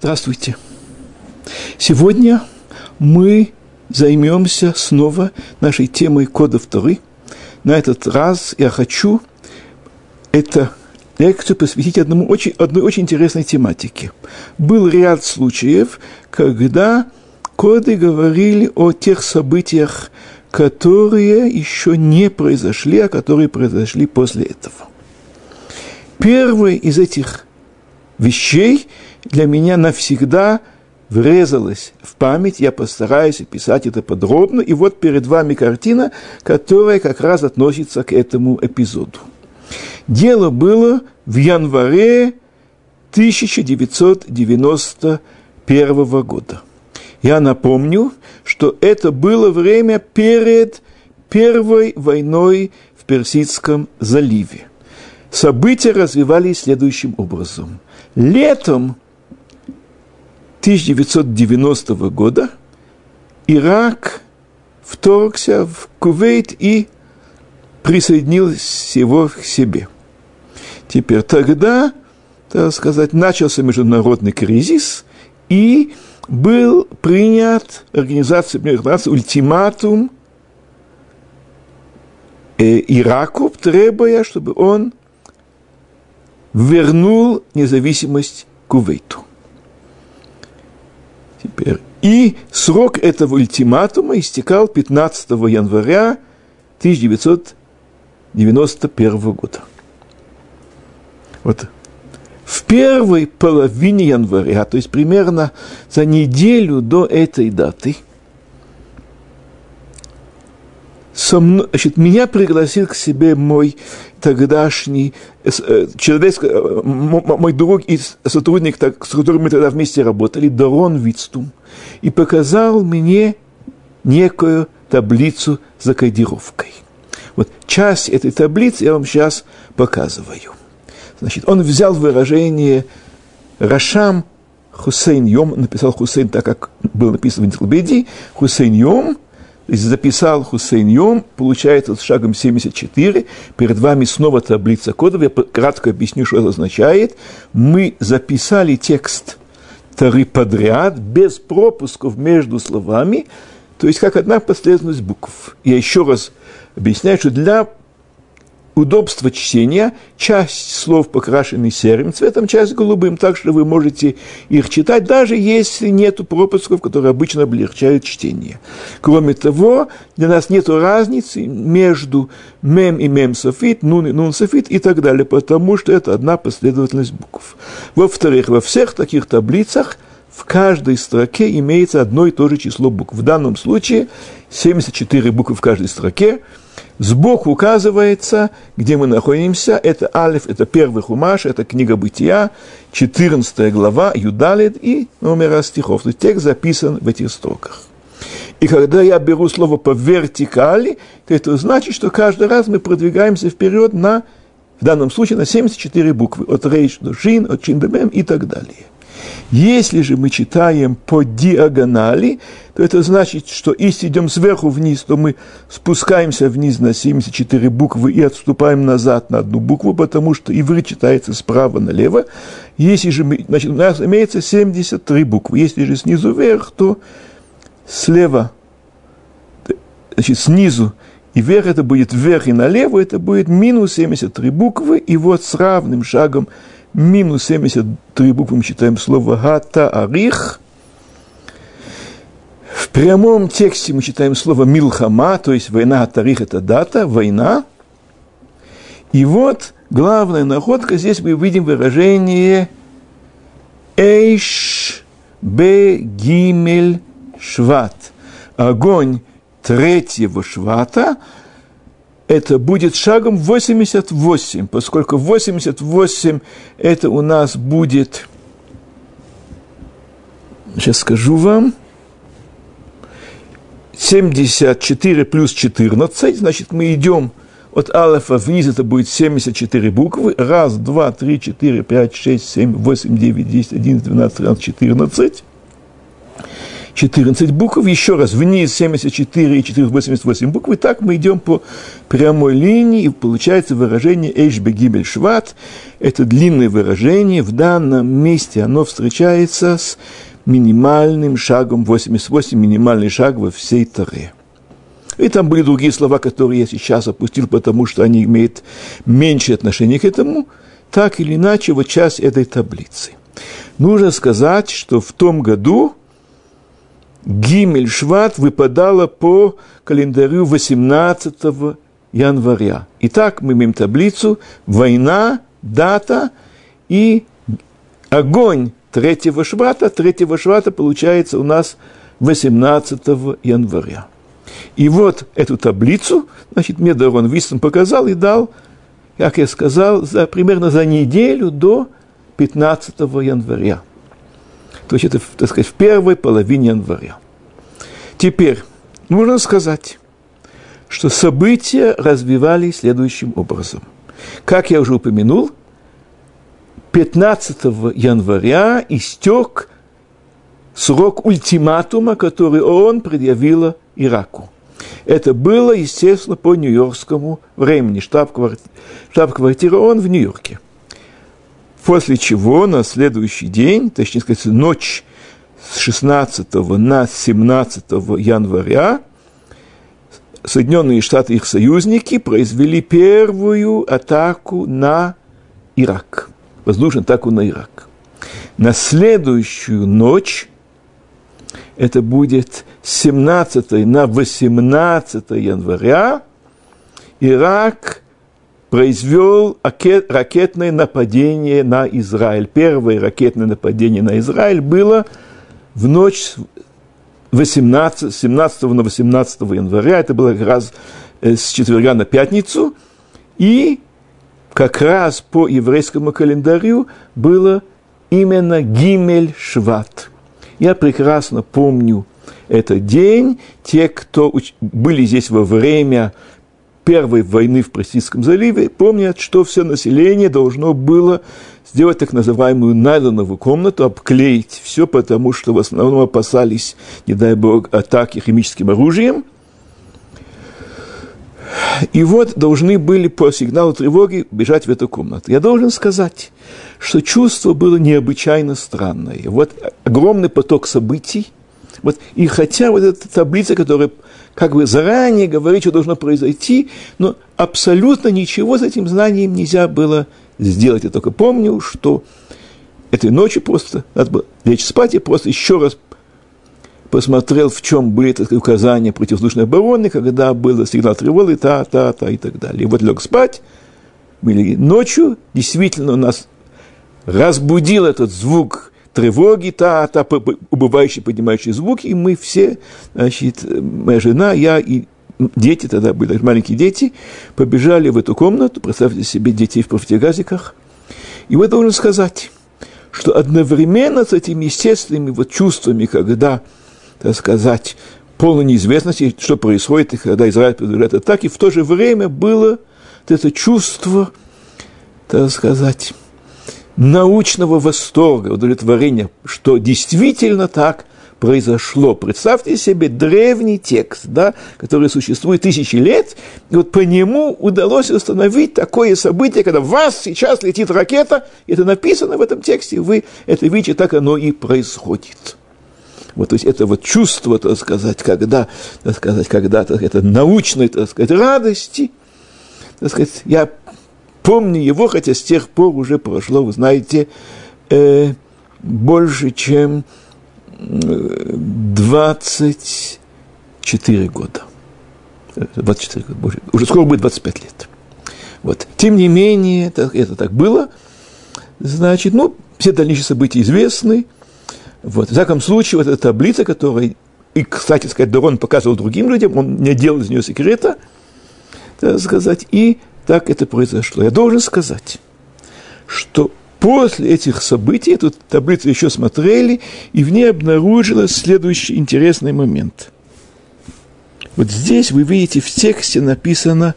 Здравствуйте. Сегодня мы займемся снова нашей темой кодов Торы. На этот раз я хочу эту лекцию посвятить одной очень интересной тематике. Был ряд случаев, когда коды говорили о тех событиях, которые еще не произошли, а которые произошли после этого. Первый из этих вещей для меня навсегда врезалось в память, я постараюсь описать это подробно, и вот перед вами картина, которая как раз относится к этому эпизоду. Дело было в январе 1991 года. Я напомню, что это было время перед Первой войной в Персидском заливе. События развивались следующим образом. Летом 1990 года Ирак вторгся в Кувейт и присоединил его к себе. Теперь тогда, так сказать, начался международный кризис, и был принят Организацией Объединенных Наций ультиматум Ираку, требуя, чтобы он вернул независимость Кувейту. Теперь. И срок этого ультиматума истекал 15 января 1991 года. Вот. В первой половине января, то есть примерно за неделю до этой даты, меня пригласил к себе мой тогдашний человек, мой друг и сотрудник, с которым мы тогда вместе работали, Дорон Вицтум, и показал мне некую таблицу с закодировкой. Вот часть этой таблицы я вам сейчас показываю. Значит, он взял выражение Рашам Хусейн Йом, написал Хусейн так, как было написано в энциклопедии, Хусейн Йом, записал Хусейн Йом, получается с шагом 74. Перед вами снова таблица кодов. Я кратко объясню, что это означает. Мы записали текст Торы подряд, без пропусков между словами, то есть как одна последовательность букв. Я еще раз объясняю, что для удобства чтения часть слов покрашены серым цветом, часть голубым, так что вы можете их читать, даже если нет пропусков, которые обычно облегчают чтение. Кроме того, для нас нет разницы между мем и мем софит, нун и нун софит и так далее, потому что это одна последовательность букв. Во-вторых, во всех таких таблицах в каждой строке имеется одно и то же число букв. В данном случае 74 буквы в каждой строке. Сбоку указывается, где мы находимся. Это Алеф, это первый хумаш, это книга Бытия, 14 глава, Юдалет и номера стихов. То есть текст записан в этих строках. И когда я беру слово по вертикали, то это значит, что каждый раз мы продвигаемся вперед в данном случае на 74 буквы. От рейш до шин, от чин до мем и так далее. Если же мы читаем по диагонали, то это значит, что если идем сверху вниз, то мы спускаемся вниз на 74 буквы и отступаем назад на одну букву, потому что иврит читается справа налево. Если же значит, у нас имеется 73 буквы. Если же снизу вверх, то слева, значит, снизу и вверх это будет вверх и налево, это будет минус 73 буквы, и вот с равным шагом минус 73 буквы мы читаем слово «га-та-арих». В прямом тексте мы читаем слово «милхама», то есть «война», «тарих» – это дата, «война». И вот главная находка, здесь мы видим выражение «эйш бе гимель шват». Огонь 3-го швата – это будет шагом 88, поскольку 88 это у нас будет, сейчас скажу вам, 74 плюс 14, значит, мы идем от алефа вниз, это будет 74 буквы, 1, 2, 3, 4, 5, 6, 7, 8, 9, 10, 11, 12, 13, 14. 14 букв, еще раз вниз 74 и 488 букв, и так мы идем по прямой линии, и получается выражение «Эйш бегибель шват». Это длинное выражение, в данном месте оно встречается с минимальным шагом 88, минимальный шаг во всей Торе. И там были другие слова, которые я сейчас опустил, потому что они имеют меньшее отношение к этому. Так или иначе, вот часть этой таблицы. Нужно сказать, что в том году Гимель Шват выпадала по календарю 18 января. Итак, мы имеем таблицу «Война», дата и огонь 3-го Швата. 3-го Швата получается у нас 18 января. И вот эту таблицу, значит, мне Дорон Вистон показал и дал, как я сказал, примерно за неделю до 15 января. То есть это, так сказать, в первой половине января. Теперь нужно сказать, что события развивались следующим образом. Как я уже упомянул, 15 января истек срок ультиматума, который ООН предъявила Ираку. Это было, естественно, по нью-йоркскому времени, штаб-квартира ООН в Нью-Йорке. После чего на следующий день, точнее сказать, ночь с 16 на 17 января, Соединенные Штаты и их союзники произвели первую атаку на Ирак, воздушную атаку на Ирак. На следующую ночь, это будет с 17 на 18 января, Ирак произвел ракетное нападение на Израиль. Первое ракетное нападение на Израиль было в ночь с 17 на 18 января. Это было как раз с четверга на пятницу. И как раз по еврейскому календарю было именно Гимель Шват. Я прекрасно помню этот день. Те, кто были здесь во время Первой войны в Персидском заливе, помнят, что все население должно было сделать так называемую найлоновую комнату, обклеить все, потому что в основном опасались, не дай бог, атаки химическим оружием. И вот должны были по сигналу тревоги бежать в эту комнату. Я должен сказать, что чувство было необычайно странное. Вот огромный поток событий. Вот, и хотя вот эта таблица, которая как бы заранее говорит, что должно произойти, но абсолютно ничего с этим знанием нельзя было сделать. Я только помню, что этой ночью просто надо было лечь спать, я просто еще раз посмотрел, в чем были указания противовоздушной обороны, когда был сигнал тревоги, и так далее. И вот лег спать, были ночью, действительно у нас разбудил этот звук тревоги, убывающие, поднимающие звуки, и мы все, значит, моя жена, я и дети, тогда были маленькие дети, побежали в эту комнату, представьте себе детей в противогазиках. И вот должен сказать, что одновременно с этими естественными вот чувствами, когда, так сказать, полной неизвестности, что происходит, и когда Израиль предлагает атаки, в то же время было вот это чувство, так сказать, научного восторга, удовлетворения, что действительно так произошло. Представьте себе древний текст, да, который существует тысячи лет, и вот по нему удалось установить такое событие, когда в вас сейчас летит ракета, это написано в этом тексте, вы это видите, так оно и происходит. Вот, то есть это вот чувство, так сказать, когда это научной, так сказать, радости, так сказать, я помню его, хотя с тех пор уже прошло, вы знаете, больше, чем 24 года. 24 года, уже скоро будет 25 лет. Вот. Тем не менее, это так было. Значит, все дальнейшие события известны. Вот. В всяком случае, вот эта таблица, которая, и, кстати сказать, Дорон показывал другим людям, он не делал из нее секрета, так сказать, и так это произошло. Я должен сказать, что после этих событий эту таблицу еще смотрели, и в ней обнаружилось следующий интересный момент. Вот здесь вы видите, в тексте написано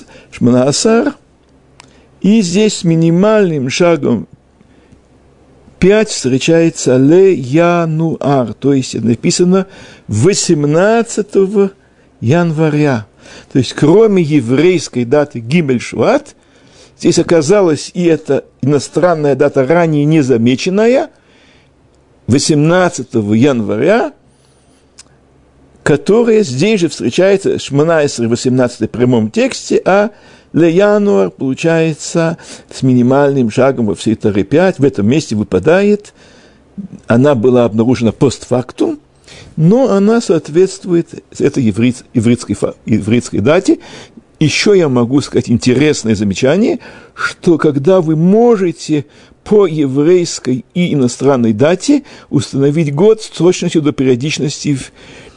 Шманаасар, и здесь с минимальным шагом 5 встречается Ле Януар, то есть написано 18 января. То есть кроме еврейской даты Гимель Шват, здесь оказалась и эта иностранная дата, ранее незамеченная, 18 января, которая здесь же встречается, Шмонайсер 18 в прямом тексте, а Ле Януар получается с минимальным шагом во всей Торе 5. В этом месте выпадает, она была постфактум, но она соответствует этой еврейской дате. Еще я могу сказать интересное замечание, что когда вы можете по еврейской и иностранной дате установить год с точностью до периодичности в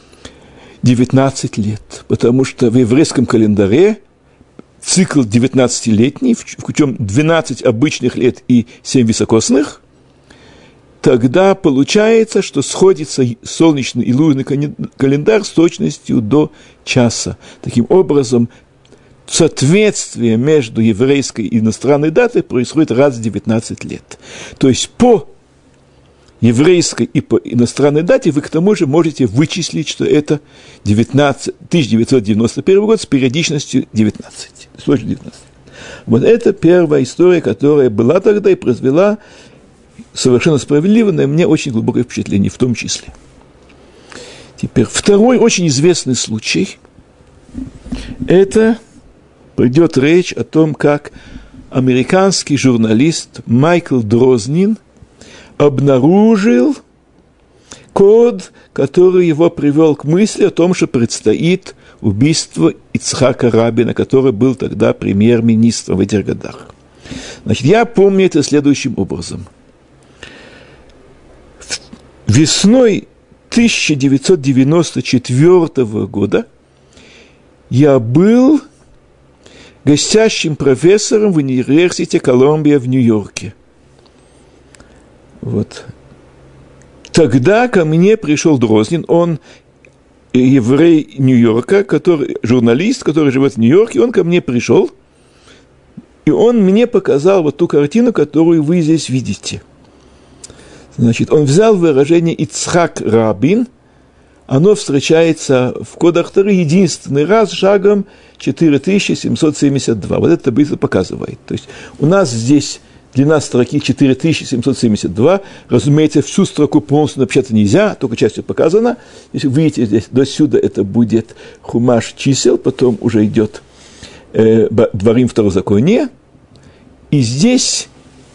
19 лет, потому что в еврейском календаре цикл 19-летний, в чем 12 обычных лет и 7 високосных, тогда получается, что сходится солнечный и лунный календарь с точностью до часа. Таким образом, соответствие между еврейской и иностранной датой происходит раз в 19 лет. То есть по еврейской и по иностранной дате вы к тому же можете вычислить, что это 1991 год с периодичностью 19. Вот это первая история, которая была тогда и произвела совершенно справедливо на мне очень глубокое впечатление в том числе. Теперь второй очень известный случай – это пойдет речь о том, как американский журналист Майкл Дрознин обнаружил код, который его привел к мысли о том, что предстоит убийство Ицхака Рабина, который был тогда премьер-министром в этих годах. Значит, я помню это следующим образом. Весной 1994 года я был гостящим профессором в университете Колумбия в Нью-Йорке. Вот. Тогда ко мне пришел Дрознин, он еврей Нью-Йорка, журналист, который живет в Нью-Йорке, он ко мне пришел, и он мне показал вот ту картину, которую вы здесь видите. Значит, он взял выражение «Ицхак Рабин», оно встречается в кодах Торы единственный раз шагом 4772. Вот это таблица показывает. То есть у нас здесь длина строки 4772. Разумеется, всю строку полностью напечатать нельзя, только частью показано. Если вы видите здесь, до сюда это будет хумаш чисел, потом уже идет Дворим Второзаконие. И здесь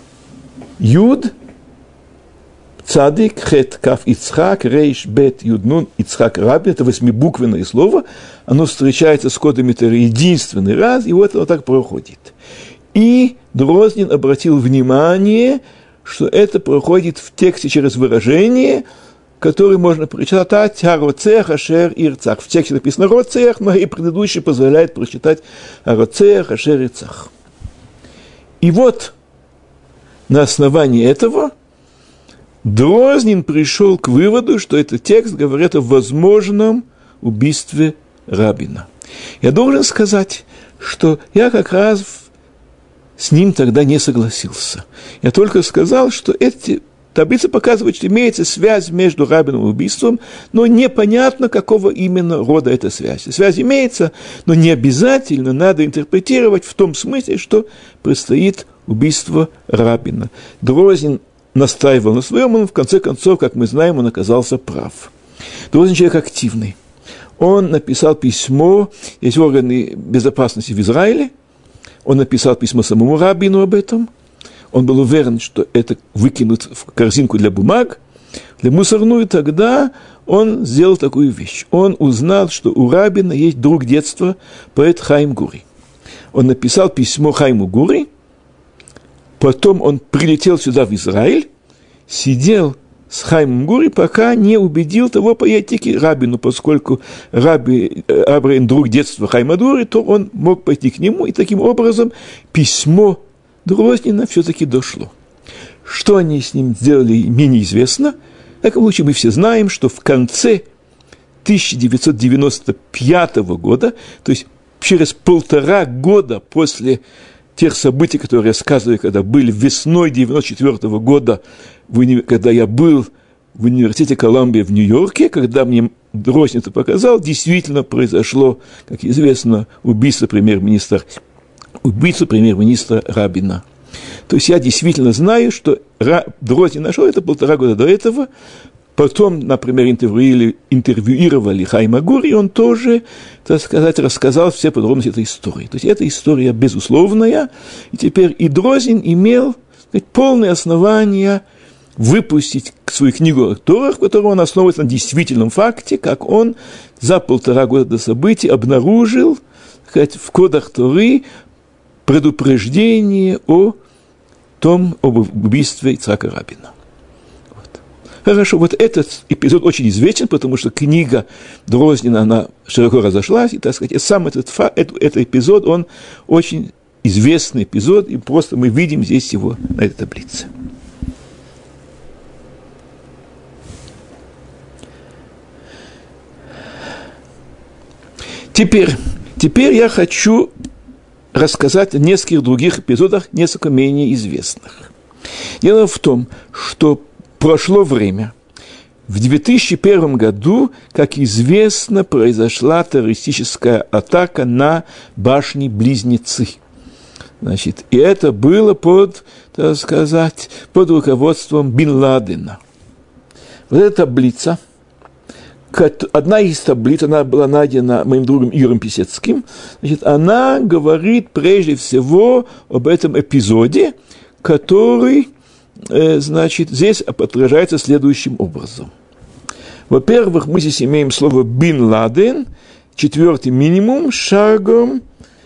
Юд, Цадик, Хет, Кав, Ицхак, Рейш, Бет, Юд, Нун, Ицхак, Рабин. Это восьмибуквенное слово. Оно встречается с кодами Торы единственный раз, и вот оно так проходит. И Дрознин обратил внимание, что это проходит в тексте через выражение, которое можно прочитать «Хароцех, Ашер, Ирцах». В тексте написано «Роцех», но и предыдущий позволяет прочитать «Хароцех, Ашер, Ирцах». И вот на основании этого Дрознин пришел к выводу, что этот текст говорит о возможном убийстве Рабина. Я должен сказать, что я как раз с ним тогда не согласился. Я только сказал, что эти таблицы показывают, что имеется связь между Рабином и убийством, но непонятно, какого именно рода эта связь. Связь имеется, но не обязательно надо интерпретировать в том смысле, что предстоит убийство Рабина. Дрознин настаивал на своем, он в конце концов, как мы знаем, он оказался прав. Дрознин человек активный. Он написал письмо, есть органы безопасности в Израиле, он написал письмо самому Рабину об этом, он был уверен, что это выкинут в корзинку для бумаг, для мусорную, тогда он сделал такую вещь. Он узнал, что у Рабина есть друг детства, поэт Хаим Гури. Он написал письмо Хайму Гури, потом он прилетел сюда, в Израиль, сидел с Хаймом Гури, пока не убедил того поэтики Рабину, поскольку Рабин друг детства Хайма Гури, то он мог пойти к нему, и таким образом письмо Дрознина все-таки дошло. Что они с ним сделали, мне неизвестно. В таком случае мы все знаем, что в конце 1995 года, то есть через 1,5 года после тех событий, которые я рассказываю, когда были весной 1994 года когда я был в университете Колумбия в Нью-Йорке, когда мне Дрознин это показал, действительно произошло, как известно, убийство премьер-министра Рабина. То есть я действительно знаю, что Дрознин нашел это 1,5 года до этого. Потом, например, интервьюировали Хайма Гури, и он тоже, так сказать, рассказал все подробности этой истории. То есть эта история безусловная, и теперь и Дрознин имел, так сказать, полное основание выпустить свою книгу о Торах, в которой он основывается на действительном факте, как он за 1,5 года до событий обнаружил, так сказать, в кодах Торы предупреждение об убийстве Ицхака Рабина. Хорошо, вот этот эпизод очень известен, потому что книга Дрознина, она широко разошлась, и, так сказать, сам этот эпизод, он очень известный эпизод, и просто мы видим здесь его на этой таблице. Теперь я хочу рассказать о нескольких других эпизодах, несколько менее известных. Дело в том, что прошло время. В 2001 году, как известно, произошла террористическая атака на башни-близнецы. Значит, и это было под руководством Бин Ладена. Вот эта таблица, одна из таблиц, она была найдена моим другом Юрием Писецким, значит, она говорит прежде всего об этом эпизоде, который, значит, здесь отражается следующим образом. Во-первых, мы здесь имеем слово «Бин Ладен», 4-й минимум, шагом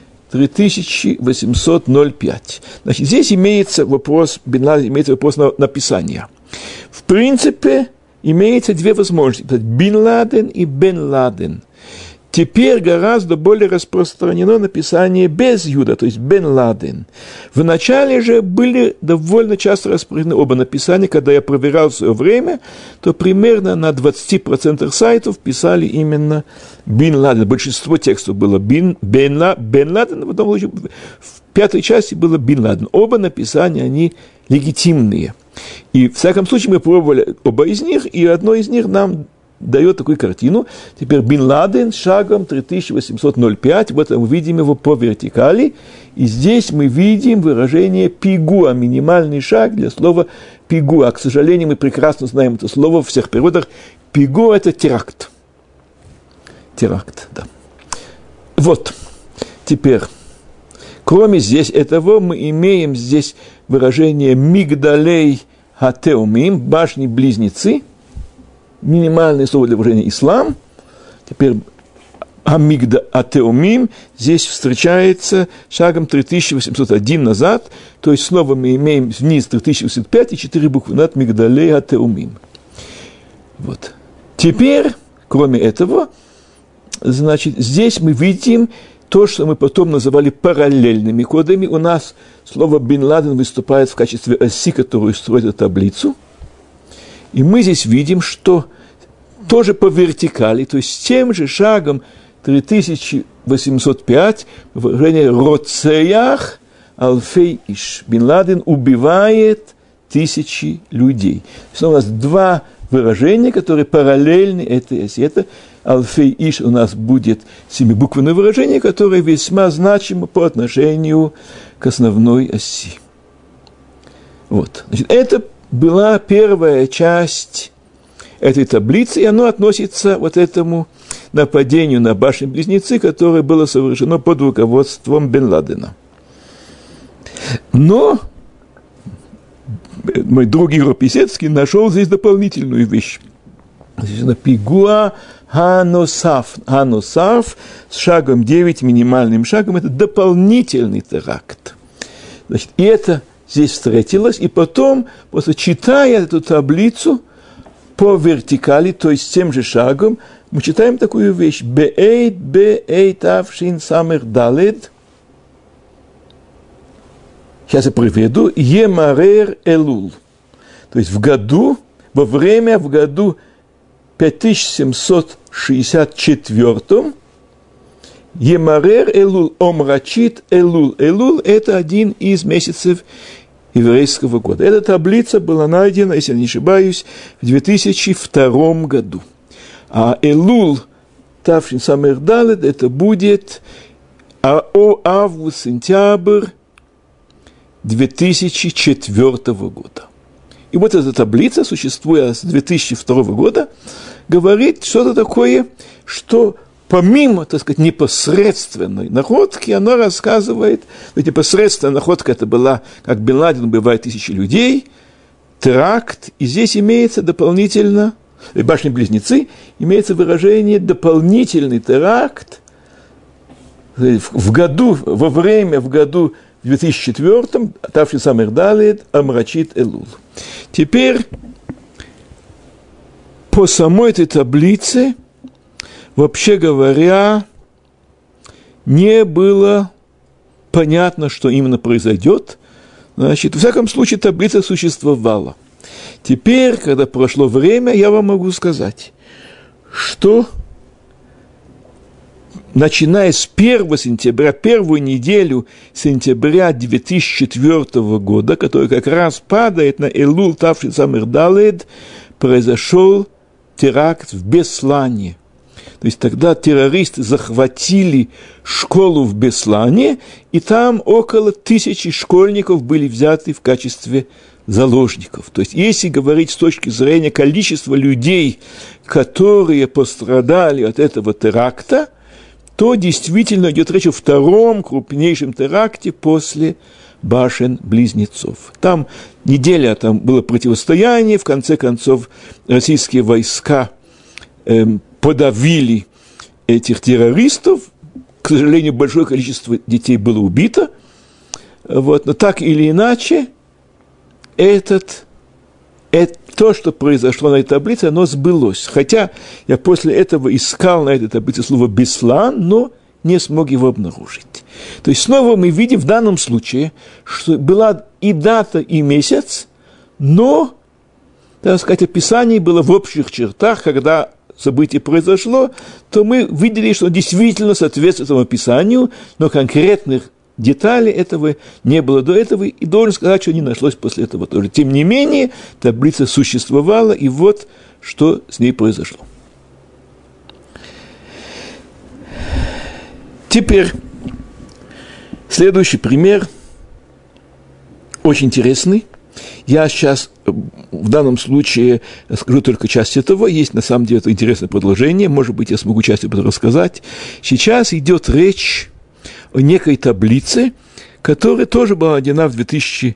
3805. Значит, здесь имеется вопрос, Бин Ладен, имеется вопрос на написание. В принципе, имеется две возможности – Бин Ладен и Бен Ладен. Теперь гораздо более распространено написание без юда, то есть Бен Ладен. Вначале же были довольно часто распространены оба написания. Когда я проверял в свое время, то примерно на 20% сайтов писали именно Бин Ладен. Большинство текстов было Бен Ладен, а потом в 5-й части было Бин Ладен. Оба написания, они легитимные. И, в всяком случае, мы пробовали оба из них, и одно из них нам дает такую картину. Теперь Бин Ладен шагом 3805, вот мы видим его по вертикали, и здесь мы видим выражение пигуа, минимальный шаг для слова пигуа. К сожалению, мы прекрасно знаем это слово в всех переводах. Пигуа – это теракт. Теракт, да. Вот, теперь, кроме здесь этого, мы имеем здесь выражение мигдалей хатеумим, башни-близнецы, минимальное слово для выражения ислам. Теперь амигда атеумим здесь встречается шагом 3801 назад, то есть снова мы имеем вниз 3805 и 4 буквы над мигдалей атеумим. Вот. Теперь, кроме этого, значит, здесь мы видим то, что мы потом называли параллельными кодами. У нас слово Бин Ладен выступает в качестве оси, которую строит эту таблицу. И мы здесь видим, что тоже по вертикали, то есть тем же шагом 3805, выражение «Роцеях алфей иш». Бин Ладен убивает 1000 людей. То есть у нас два выражения, которые параллельны этой оси. Это алфей иш у нас будет семибуквенное выражение, которое весьма значимо по отношению к основной оси. Вот. Значит, это была первая часть этой таблицы, и оно относится вот этому нападению на башни-близнецы, которое было совершено под руководством Бен Ладена. Но мой друг Юрий Писецкий нашел здесь дополнительную вещь. Пигуа ханосаф. Ханосаф с шагом 9, минимальным шагом, это дополнительный теракт. Значит, и это здесь встретилось, и потом, просто читая эту таблицу по вертикали, то есть тем же шагом, мы читаем такую вещь. Беэйт авшин самых далед. Сейчас я приведу. Емарер элул. То есть в году 5764 Емарер элул, омрачит элул. Элул – это один из месяцев еврейского года. Эта таблица была найдена, если я не ошибаюсь, в 2002 году. А Элул Тавшин Самех Далед это будет август-сентябрь 2004 года. И вот эта таблица, существуя с 2002 года, говорит что-то такое, что помимо, так сказать, непосредственной находки, она рассказывает, ведь непосредственная находка это была, как Бен Ладен убивает тысячи людей, теракт, и здесь имеется дополнительно, башни-близнецы, имеется выражение дополнительный теракт в году, в году 2004, Тавшин Самех Далед, омрачит Элул. Теперь по самой этой таблице, вообще говоря, не было понятно, что именно произойдет. Значит, в всяком случае, таблица существовала. Теперь, когда прошло время, я вам могу сказать, что начиная с 1 сентября, первую неделю сентября 2004 года, который как раз падает на Элул Тавшин Самех Далед, произошел теракт в Беслане. То есть тогда террористы захватили школу в Беслане, и там около 1000 школьников были взяты в качестве заложников. То есть если говорить с точки зрения количества людей, которые пострадали от этого теракта, то действительно идет речь о втором крупнейшем теракте после башен-близнецов. Там неделя, там было противостояние, в конце концов российские войска подавили этих террористов. К сожалению, большое количество детей было убито. Вот. Но так или иначе, то, что произошло на этой таблице, оно сбылось. Хотя я после этого искал на этой таблице слово «Беслан», но не смог его обнаружить. То есть снова мы видим в данном случае, что была и дата, и месяц, но, так сказать, описание было в общих чертах, когда событие произошло, то мы видели, что действительно соответствует этому описанию, но конкретных деталей этого не было до этого, и должен сказать, что не нашлось после этого тоже. Тем не менее, таблица существовала, и вот что с ней произошло. Теперь следующий пример, очень интересный. Я сейчас в данном случае скажу только часть этого. Есть на самом деле это интересное продолжение. Может быть, я смогу часть этого рассказать. Сейчас идет речь о некой таблице, которая тоже была найдена в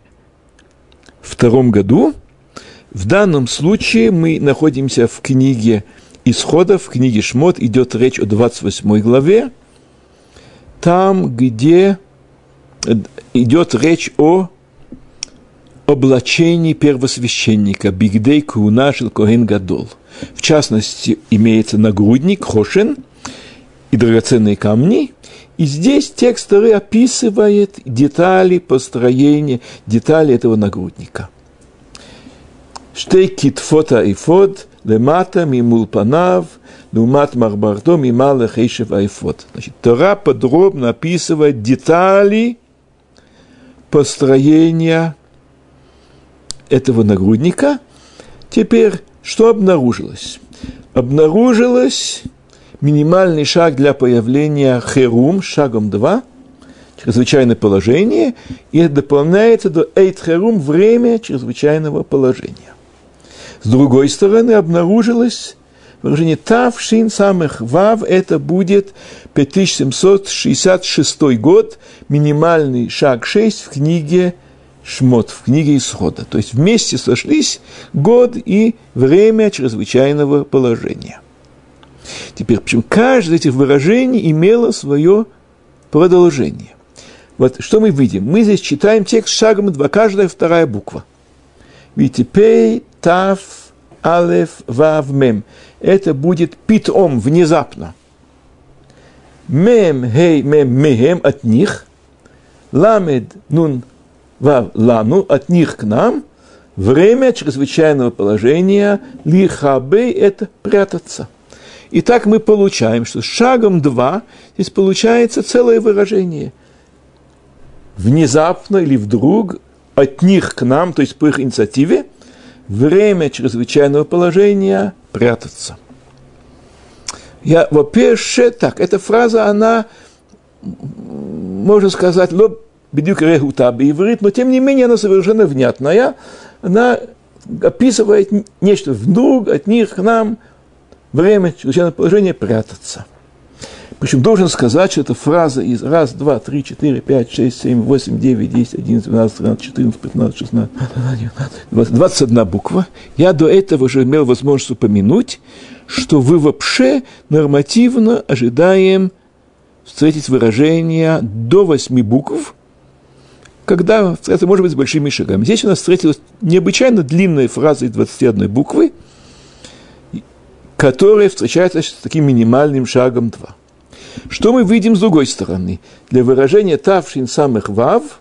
2002 году. В данном случае мы находимся в книге Исходов, в книге Шмот. Идет речь о 28 главе. Там, где идет речь о облачении первосвященника, бигдей куна шел коэн гадол. В частности, имеется нагрудник, хошен и драгоценные камни. И здесь текст второй описывает детали построения, детали этого нагрудника. Штей китфота эйфод, лемата мимул панав, лумат марбарто мимал хейшев айфод. Значит, Тора подробно описывает детали построения этого нагрудника. Теперь, что обнаружилось? Обнаружилось минимальный шаг для появления херум, шагом 2, чрезвычайное положение, и это дополняется до эйт херум, время чрезвычайного положения. С другой стороны, обнаружилось выражение Тавшин Самех Вав, это будет 5766 год, минимальный шаг 6 в книге Шмот, в книге Исхода. То есть вместе сошлись год и время чрезвычайного положения. Теперь, причем каждое из этих выражений имело свое продолжение. Вот что мы видим? Мы здесь читаем текст шагом 2, каждая вторая буква. Видите, пей, тав, алеф, вав, мем. Это будет питом, внезапно. Мем, хей, мем, мехем, от них. Ламед, нун, вав, лану, от них к нам. Время чрезвычайного положения, лихабей, это прятаться. Итак, мы получаем, что с шагом 2 здесь получается целое выражение. Внезапно или вдруг от них к нам, то есть по их инициативе, время чрезвычайного положения прятаться. Во-первых, так, эта фраза, она, можно сказать, бедюк регута иврит, но тем не менее она совершенно внятная. Она описывает нечто вдруг от них к нам, время чрезвычайного положения прятаться. Причем должен сказать, что эта фраза из 1, 2, 3, 4, 5, 6, 7, 8, 9, 10, 11, 12, 13, 14, 15, 16, 21 буква. Я до этого уже имел возможность упомянуть, что в вообще нормативно ожидаем встретить выражение до 8 букв, когда это может быть с большими шагами. Здесь у нас встретилась необычайно длинная фраза из 21 буквы, которая встречается с таким минимальным шагом 2. Что мы видим с другой стороны? Для выражения тавшин самых вав,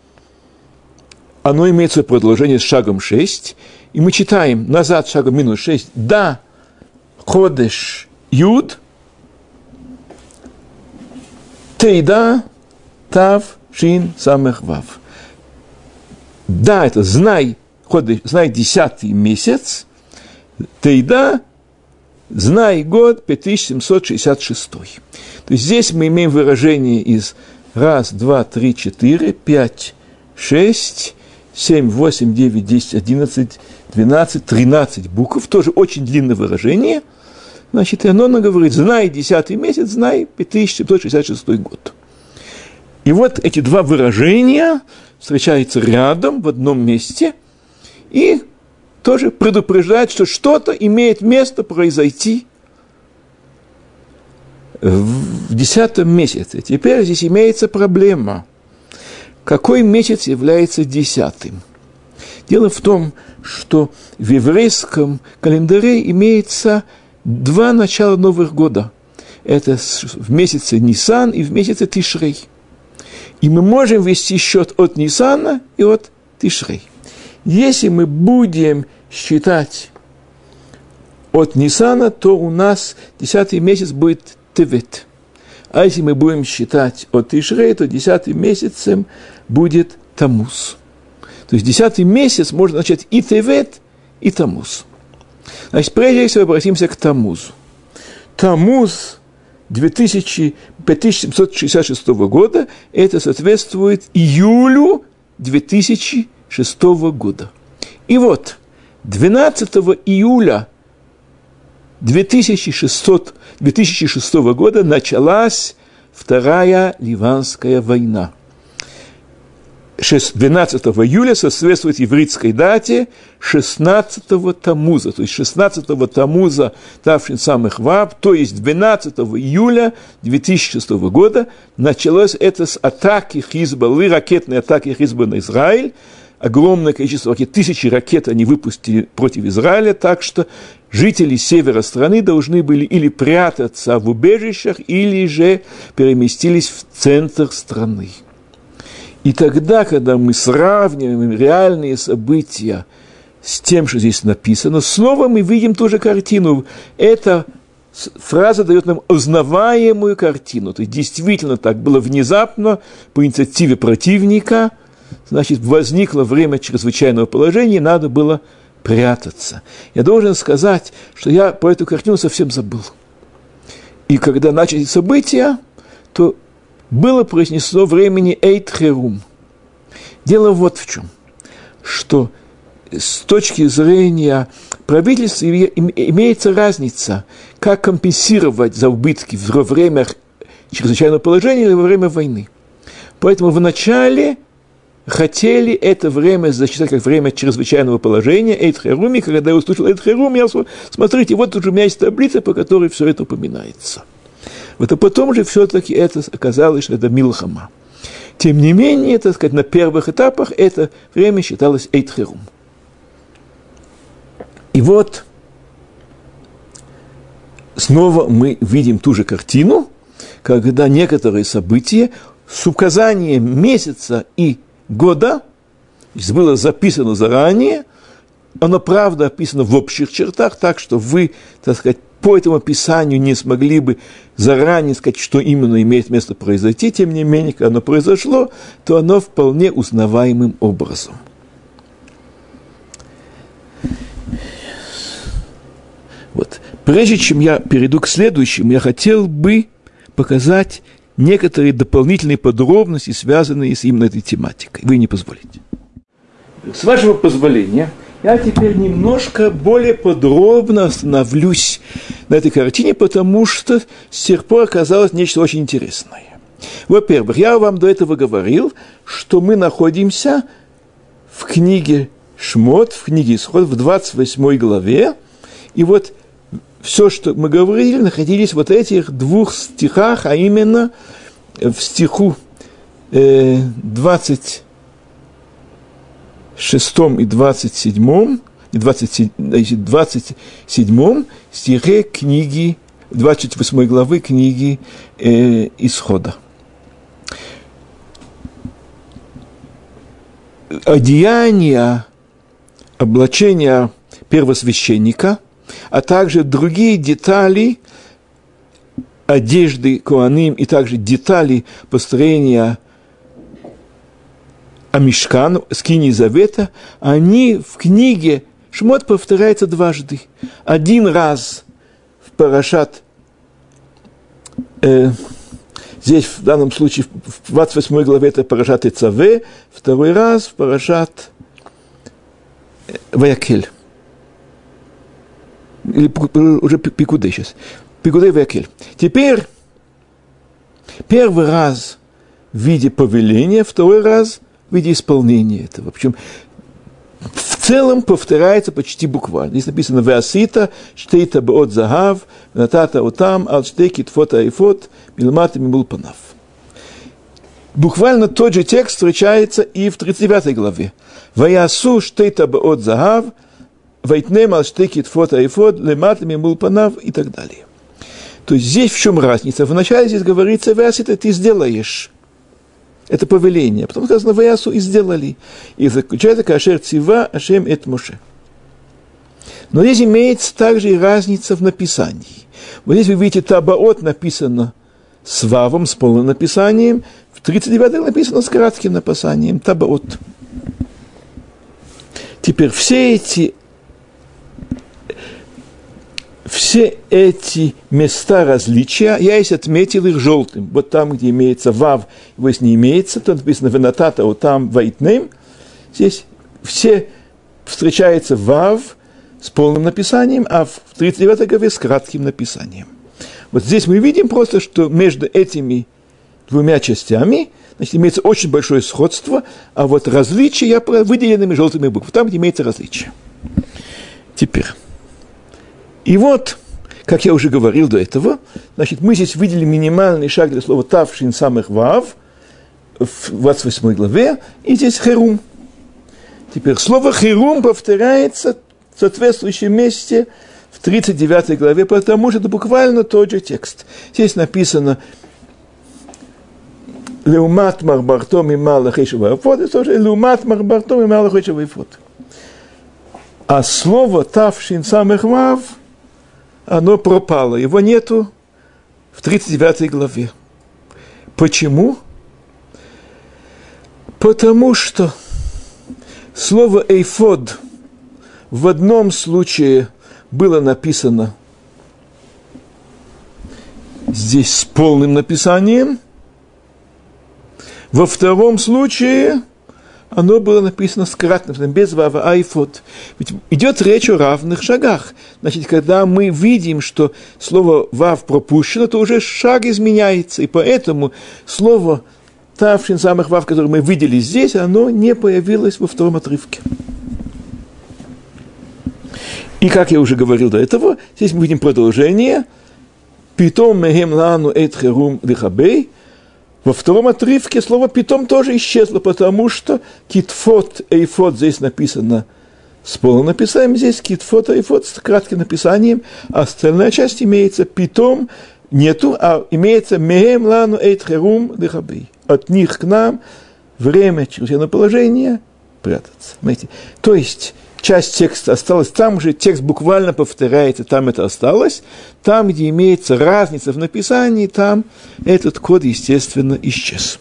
оно имеет свое продолжение с шагом 6, и мы читаем назад шагом минус 6, да, ходеш юд, тейда, тав, шин, самых вав. Да, это знай 10-й месяц, тейда, знай год 5766. То есть здесь мы имеем выражение из 1, 2, 3, 4, 5, 6, 7, 8, 9, 10, 11, 12, 13 букв. Тоже очень длинное выражение. Значит, и оно говорит, знай 10-й месяц, знай 5766 год. И вот эти два выражения встречаются рядом в одном месте и тоже предупреждают, что что-то имеет место произойти в 10-м месяце. Теперь здесь имеется проблема. Какой месяц является 10-м? Дело в том, что в еврейском календаре имеется 2 начала Новых года. Это в месяце Нисан и в месяце Тишрей. И мы можем вести счет от Нисана и от Тишрей. Если мы будем считать от Нисана, то у нас 10-й месяц будет Тевет. А если мы будем считать от Тишрей, то 10-м месяцем будет Тамуз. То есть 10-й месяц можно начать и Тевет, и Тамуз. Значит, прежде всего обратимся к Тамузу. Тамуз 5766 года, это соответствует июлю 2006 года. И вот 12 июля 2006 года началась Вторая Ливанская война. 12 июля соответствует еврейской дате 16 Тамуза, то есть 16 Тамуза Тавшин самых вав, то есть 12 июля 2006 года началось это с атаки Хизбаллы, ракетной атаки Хизбаллы на Израиль. Огромное количество ракет, 1000 ракет они выпустили против Израиля, так что жители севера страны должны были или прятаться в убежищах, или же переместились в центр страны. И тогда, когда мы сравниваем реальные события с тем, что здесь написано, снова мы видим ту же картину. Эта фраза дает нам узнаваемую картину. То есть действительно так было внезапно, по инициативе противника, значит, возникло время чрезвычайного положения, и надо было прятаться. Я должен сказать, что я про эту картину совсем забыл. И когда начались события, то было произнесено времени Эйт-Херум. Дело вот в чем, что с точки зрения правительства имеется разница, как компенсировать за убытки во время чрезвычайного положения или во время войны. Поэтому вначале хотели это время засчитать как время чрезвычайного положения, Эйт-Херум, и когда я услышал Эйт-Херум, я сказал, смотрите, вот тут у меня есть таблица, по которой все это упоминается. Вот, а потом же все-таки это оказалось, что это Милхама. Тем не менее, так сказать, на первых этапах это время считалось Эйт-Херум. И вот снова мы видим ту же картину, когда некоторые события с указанием месяца и года, было записано заранее, оно, правда, описано в общих чертах, так что вы, так сказать, по этому описанию не смогли бы заранее сказать, что именно имеет место произойти, тем не менее, когда оно произошло, то оно вполне узнаваемым образом. Вот. Прежде чем я перейду к следующему, я хотел бы показать некоторые дополнительные подробности, связанные с именно этой тематикой. Вы не позволите. С вашего позволения, я теперь немножко более подробно остановлюсь на этой картине, потому что с тех пор оказалось нечто очень интересное. Во-первых, я вам до этого говорил, что мы находимся в книге Шмот, в книге Исход, в 28 главе, и вот все, что мы говорили, находились в вот этих двух стихах, а именно в стиху 26 и 27, 27 стихе книги, 28 главы книги Исхода. Одеяния, облачения первосвященника, а также другие детали одежды коаним и также детали построения Амишкан, скинии завета, они в книге Шмот повторяются дважды. Один раз в парашат, здесь в данном случае в 28 главе это парашат Эцаве, второй раз в парашат Ваякель. Или уже Пикудей сейчас. Пикудей Ваякель. Теперь первый раз в виде повеления, второй раз в виде исполнения этого. Причем в целом повторяется почти буквально. Здесь написано «Веасита, штейта беот загав, натата отам, ал штейки тфот айфот, милмата мимул панав». Буквально тот же текст встречается и в 39 главе. «Ваясу штейта беот загав, вайтнем ал штейки тфот айфот, лемата мимул панав» и так далее. То есть здесь в чем разница? Вначале здесь говорится «Веасита, ты сделаешь». Это повеление. Потом сказано «Ваясу» и сделали. И заключается «Кашер цива ашем эт Моше». Но здесь имеется также и разница в написании. Вот здесь вы видите «Табаот» написано с вавом, с полным написанием. В 39-м написано с кратким написанием «Табаот». Теперь все эти места различия, я здесь отметил их желтым. Вот там, где имеется вав, его здесь не имеется, то написано «венатата», вот там «вайтнем». Здесь все встречается вав с полным написанием, а в 39 главе с кратким написанием. Вот здесь мы видим просто, что между этими двумя частями, значит, имеется очень большое сходство, а вот различия выделенными желтыми буквами, там, где имеется различие. Теперь. И вот, как я уже говорил до этого, значит, мы здесь видели минимальный шаг для слова «тавшин самых вав» в 28 главе, и здесь «херум». Теперь слово «херум» повторяется в соответствующем месте в 39 главе, потому что это буквально тот же текст. Здесь написано «леумат марбартом и малахешева эфот», это тоже «леумат марбартом и малахешева эфот». А слово «тавшин самых вав» оно пропало, его нету в 39 главе. Почему? Потому что слово «эйфод» в одном случае было написано здесь с полным написанием, во втором случае оно было написано с кратким, без вава, айфот. Ведь идет речь о равных шагах. Значит, когда мы видим, что слово вав пропущено, то уже шаг изменяется. И поэтому слово тавшин самых вав, которое мы видели здесь, оно не появилось во втором отрывке. И, как я уже говорил до этого, здесь мы видим продолжение. «Питом мехем лану эт херум лихабей». Во втором отрывке слово «питом» тоже исчезло, потому что «китфот» «эйфот» здесь написано с полным написанием, здесь «китфот» «эйфот» с кратким написанием, а остальная часть имеется «питом» нету, а имеется «меем лану эйт херум лихабей». От них к нам время чрезвычайного положения прятаться. Понимаете? То есть часть текста осталась там же, текст буквально повторяется, там это осталось, там, где имеется разница в написании, там этот код, естественно, исчез.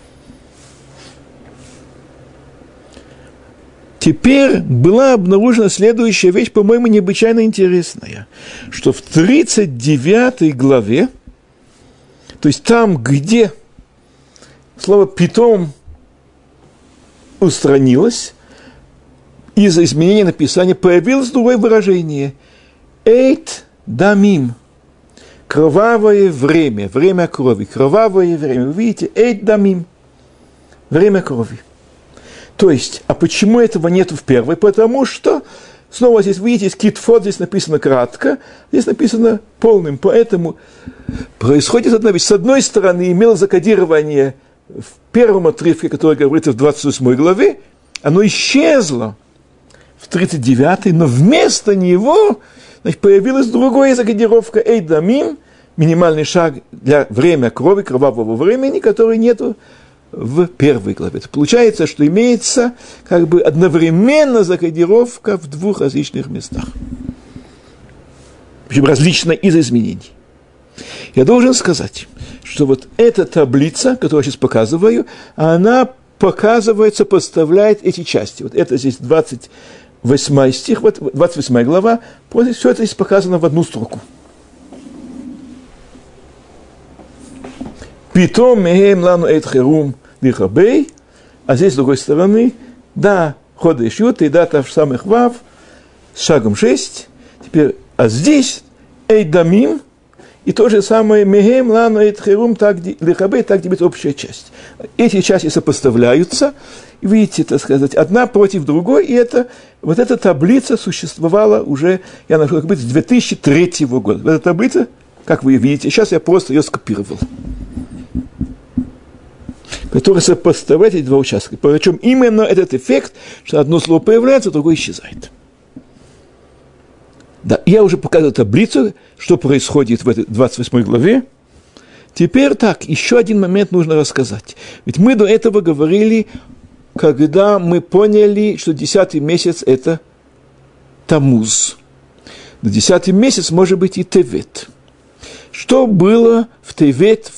Теперь была обнаружена следующая вещь, по-моему, необычайно интересная, что в 39 главе, то есть там, где слово «питом» устранилось, из-за изменения написания появилось другое выражение «эйт дамим» – кровавое время, время крови, кровавое время. Вы видите, «эйт дамим» – время крови. То есть, а почему этого нету в первой? Потому что, снова здесь, видите, китфот, здесь написано кратко, здесь написано полным, поэтому происходит одна вещь. С одной стороны, имело закодирование в первом отрывке, который говорится в 28 главе, оно исчезло в 39-й, но вместо него, значит, появилась другая закодировка «эйдамим», минимальный шаг для время крови, кровавого времени, который нету в первой главе. Получается, что имеется как бы одновременно закодировка в двух различных местах. Причем различно из-за изменений. Я должен сказать, что вот эта таблица, которую я сейчас показываю, она показывает, сопоставляет эти части. Вот это здесь 28 стих, вот 28 глава, все это здесь показано в одну строку. Питом меем лану эйт херум дихабей, а здесь с другой стороны, да, ходеш ют, и да, тав самых вав, с шагом 6, теперь, а здесь эйт дамим, и то же самое меем лану эйт херум дихабей, так где будет общая часть. Эти части сопоставляются, и видите, так сказать, одна против другой, и это, вот эта таблица существовала уже, я нашел, как бы, с 2003 года. Эта таблица, как вы видите, сейчас я просто ее скопировал, который сопоставляет эти два участка. Причем именно этот эффект, что одно слово появляется, другое исчезает. Да, я уже показал таблицу, что происходит в этой 28 главе. Теперь так, еще один момент нужно рассказать. Ведь мы до этого говорили, когда мы поняли, что 10-й месяц – это Тамуз. Но 10-й месяц может быть и Тевет. Что было в Тевет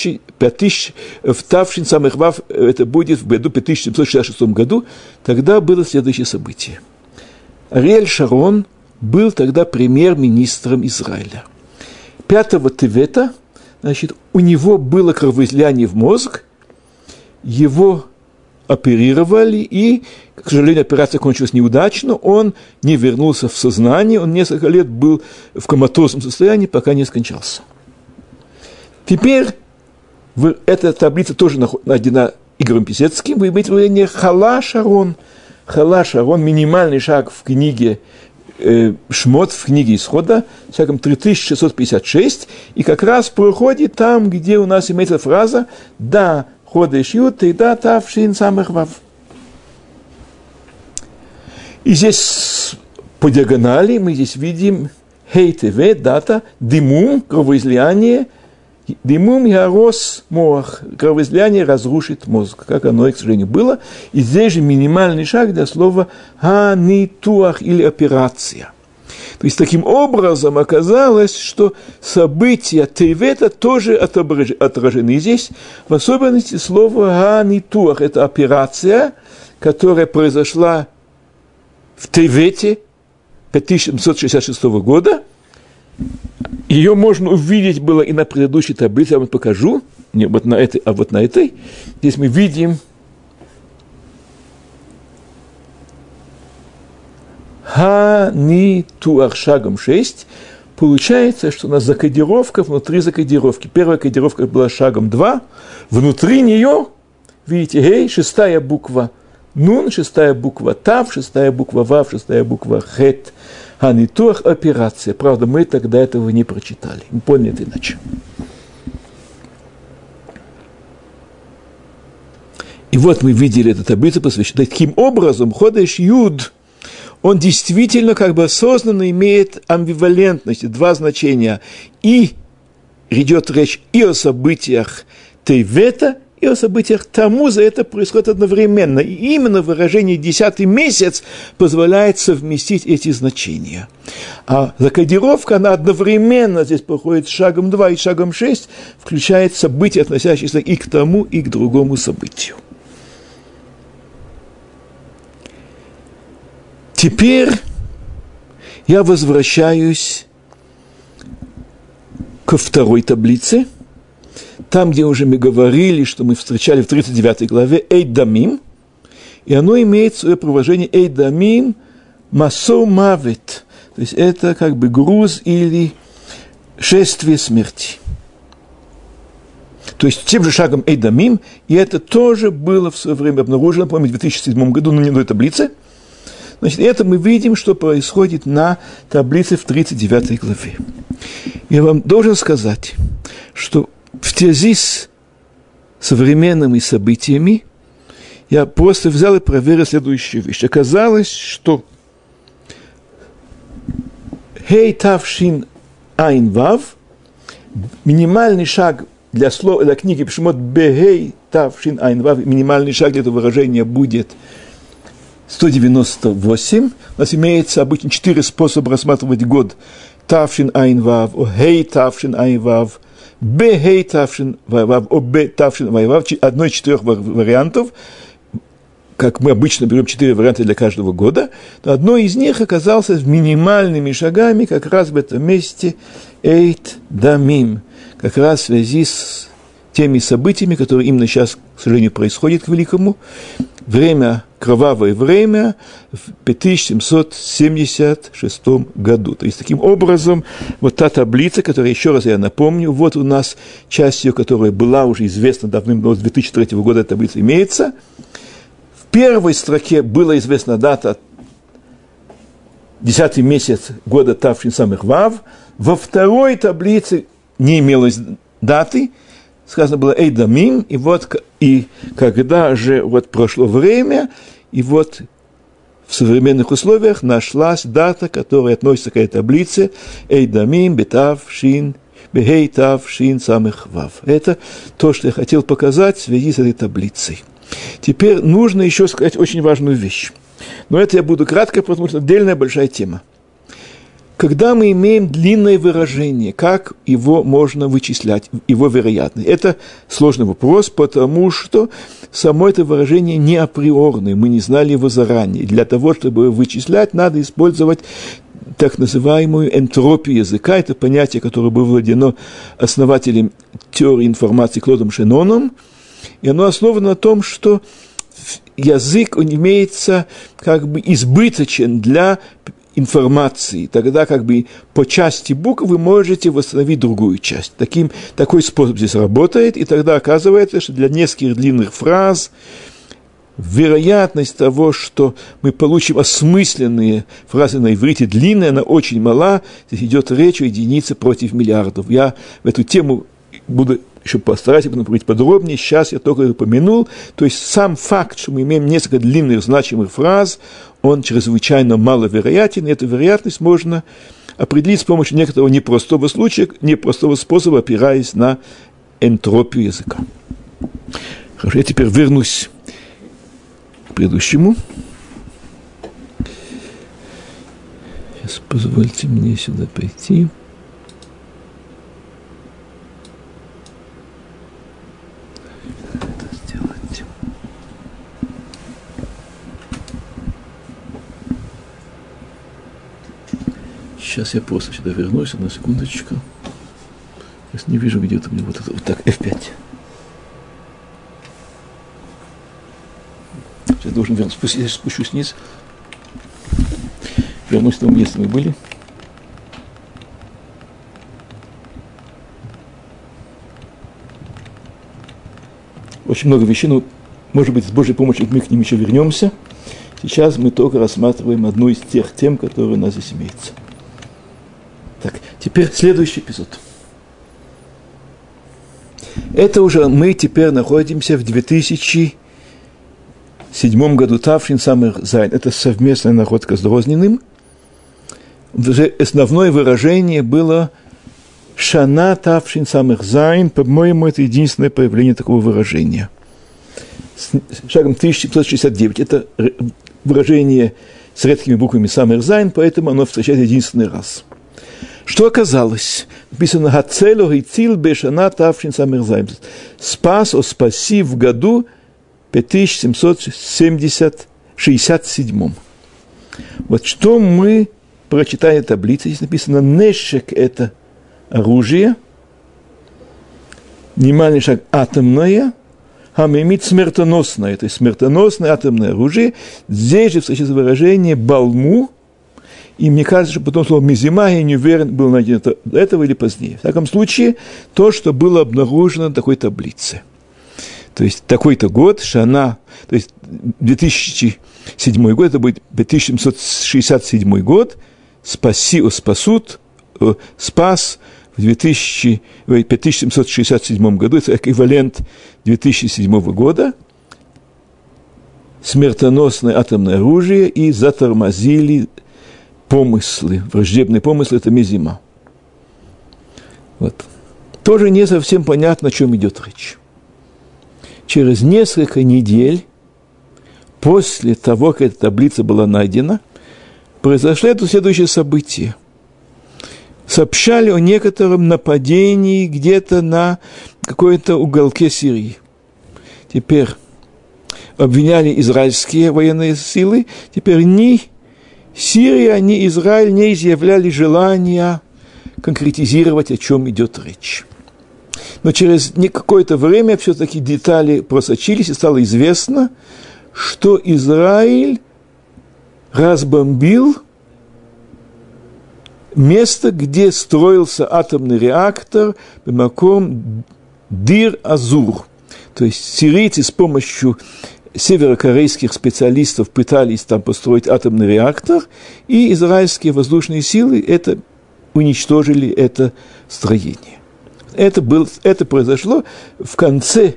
в Тавшин самых вав, это будет в году 1766 году, тогда было следующее событие. Ариэль Шарон был тогда премьер-министром Израиля. 5-го Тевета, значит, у него было кровоизлияние в мозг, его оперировали, и, к сожалению, операция кончилась неудачно, он не вернулся в сознание, он несколько лет был в коматозном состоянии, пока не скончался. Теперь эта таблица тоже найдена Игорем Писецким, вы имеете выражение Хала Шарон. Хала Шарон, минимальный шаг в книге Шмот, в книге Исхода, шагом 3656, и как раз проходит там, где у нас имеется фраза «Да, ходеш ют, и да, тавшин самых вав». И здесь по диагонали мы здесь видим «Хей ТВ», дата, димум, кровоизлияние, димум ярос моах, кровоизлияние разрушит мозг, как оно, к сожалению, было. И здесь же минимальный шаг для слова «ханитуах» или «операция». То есть, таким образом оказалось, что события Тевета тоже отражены здесь, в особенности слово «ханитуах» – это операция, которая произошла в Тевете 1766 года. Ее можно увидеть было и на предыдущей таблице, я вам покажу, не вот на этой, а вот на этой. Здесь мы видим Ха-ни-туах шагом 6. Получается, что у нас закодировка внутри закодировки. Первая кодировка была шагом 2. Внутри нее, видите, гей, 6-я буква Нун, 6-я буква Тав, 6-я буква Вав, 6-я буква Хет. Ха-ни-туах операция. Правда, мы тогда этого не прочитали. Мы поняли это иначе. И вот мы видели эту таблицу, посвященную. Таким образом, ходеш Юд, он действительно как бы осознанно имеет амбивалентность, два значения. И идет речь и о событиях Тевета, и о событиях Тамуза, это происходит одновременно. И именно выражение 10-й месяц позволяет совместить эти значения. А закодировка, она одновременно здесь проходит с шагом 2 и шагом 6, включает события, относящиеся и к тому, и к другому событию. Теперь я возвращаюсь ко второй таблице, там, где уже мы говорили, что мы встречали в 39 главе Эйд Дамим, и оно имеет свое провожение Эйд Дамим Масо Мавет, то есть это как бы груз или шествие смерти. То есть тем же шагом Эйд Дамим, и это тоже было в свое время обнаружено, помню, в 2007 году на иной таблице. Значит, это мы видим, что происходит на таблице в 39 главе. Я вам должен сказать, что в связи с современными событиями я просто взял и проверил следующую вещь. Оказалось, что Хей Тавшин Айн Вав, минимальный шаг для слова, для книги Пшемот Бехей Тавшин Айн Вав, минимальный шаг для этого выражения будет 198. У нас имеется обычно 4 способа рассматривать год. Тавшин Айн Вав, о Хей Тавшин Айн Вав, Б Хей Тавшин Вав, о Б Тавшин Вав, одно из 4 вариантов. Как мы обычно берем 4 варианта для каждого года, то одно из них оказалось минимальными шагами как раз в этом месте Эйд Дамим, как раз в связи с теми событиями, которые именно сейчас, к сожалению, происходят к великому. Время, кровавое время в 5776 году. То есть, таким образом, вот та таблица, которая, еще раз я напомню, вот у нас часть ее, которая была уже известна давным-давно, с 2003 года эта таблица имеется. В первой строке была известна дата 10-й месяц года Тавшин Самых Вав. Во второй таблице не имелось даты, сказано было Эйд Дамим, и вот и когда же вот прошло время, и вот в современных условиях нашлась дата, которая относится к этой таблице Эйд Дамим Бетавшин Бехей Тавшин Самых Вав. Это то, что я хотел показать в связи с этой таблицей. Теперь нужно еще сказать очень важную вещь. Но это я буду кратко, потому что отдельная большая тема. Когда мы имеем длинное выражение, как его можно вычислять, его вероятность? Это сложный вопрос, потому что само это выражение не априорное, мы не знали его заранее. Для того, чтобы его вычислять, надо использовать так называемую энтропию языка. Это понятие, которое было введено основателем теории информации Клодом Шеноном. И оно основано на том, что язык, он имеется как бы избыточен для информации. Тогда как бы по части букв вы можете восстановить другую часть. Такой способ здесь работает, и тогда оказывается, что для нескольких длинных фраз вероятность того, что мы получим осмысленные фразы на иврите длинные, она очень мала. Здесь идет речь о единице против миллиардов. Я в эту тему буду еще постараюсь говорить подробнее, сейчас я только это упомянул. То есть сам факт, что мы имеем несколько длинных значимых фраз, он чрезвычайно маловероятен, и эту вероятность можно определить с помощью некоторого непростого случая, непростого способа, опираясь на энтропию языка. Хорошо, я теперь вернусь к предыдущему. Сейчас позвольте мне сюда пойти. Сейчас я просто сюда вернусь, одну секундочку. Сейчас не вижу, где-то у меня вот это. Вот так, F5. Сейчас должен вернуться. Я спущусь вниз. Вернусь в том месте, мы были. Очень много вещей, но, может быть, с Божьей помощью мы к ним еще вернемся. Сейчас мы только рассматриваем одну из тех тем, которые у нас здесь имеются. Так, теперь следующий эпизод. Это уже мы теперь находимся в 2007 году, Тавшин Самых Зайн. Это совместная находка с Дрозниным. Основное выражение было Шана Тавшин Самых Зайн, по-моему, это единственное появление такого выражения. С шагом 1769. Это выражение с редкими буквами Самых Зайн, поэтому оно встречается единственный раз. Что оказалось? Написано «Хацело гейцил бешана Тавшин Самых Зайн». Спас, о спаси в году 5767. Вот что мы прочитали в таблице. Здесь написано «Нешек» – это оружие, немалый шаг атомное, хамемит смертоносное, то есть смертоносное атомное оружие. Здесь же встречается выражение «балму», и мне кажется, что потом слово «мизима», я не уверен, было найдено до этого или позднее. В всяком случае, то, что было обнаружено в такой таблице. То есть такой-то год, шана, то есть 2007 год, это будет 5767 год, спасут, спас в 5767 году, это эквивалент 2007 года, смертоносное атомное оружие, и затормозили помыслы, враждебные помыслы, это мизима. Вот. Тоже не совсем понятно, о чем идет речь. Через несколько недель после того, как эта таблица была найдена, произошло это следующее событие. Сообщали о некотором нападении где-то на какой-то уголке Сирии. Теперь обвиняли израильские военные силы, теперь ни Сирия, ни Израиль не изъявляли желания конкретизировать, о чем идет речь. Но через какое-то время все-таки детали просочились, и стало известно, что Израиль разбомбил место, где строился атомный реактор, бимаком Дир-Азур. То есть сирийцы с помощью северокорейских специалистов пытались там построить атомный реактор, и израильские воздушные силы уничтожили это строение. Это произошло в конце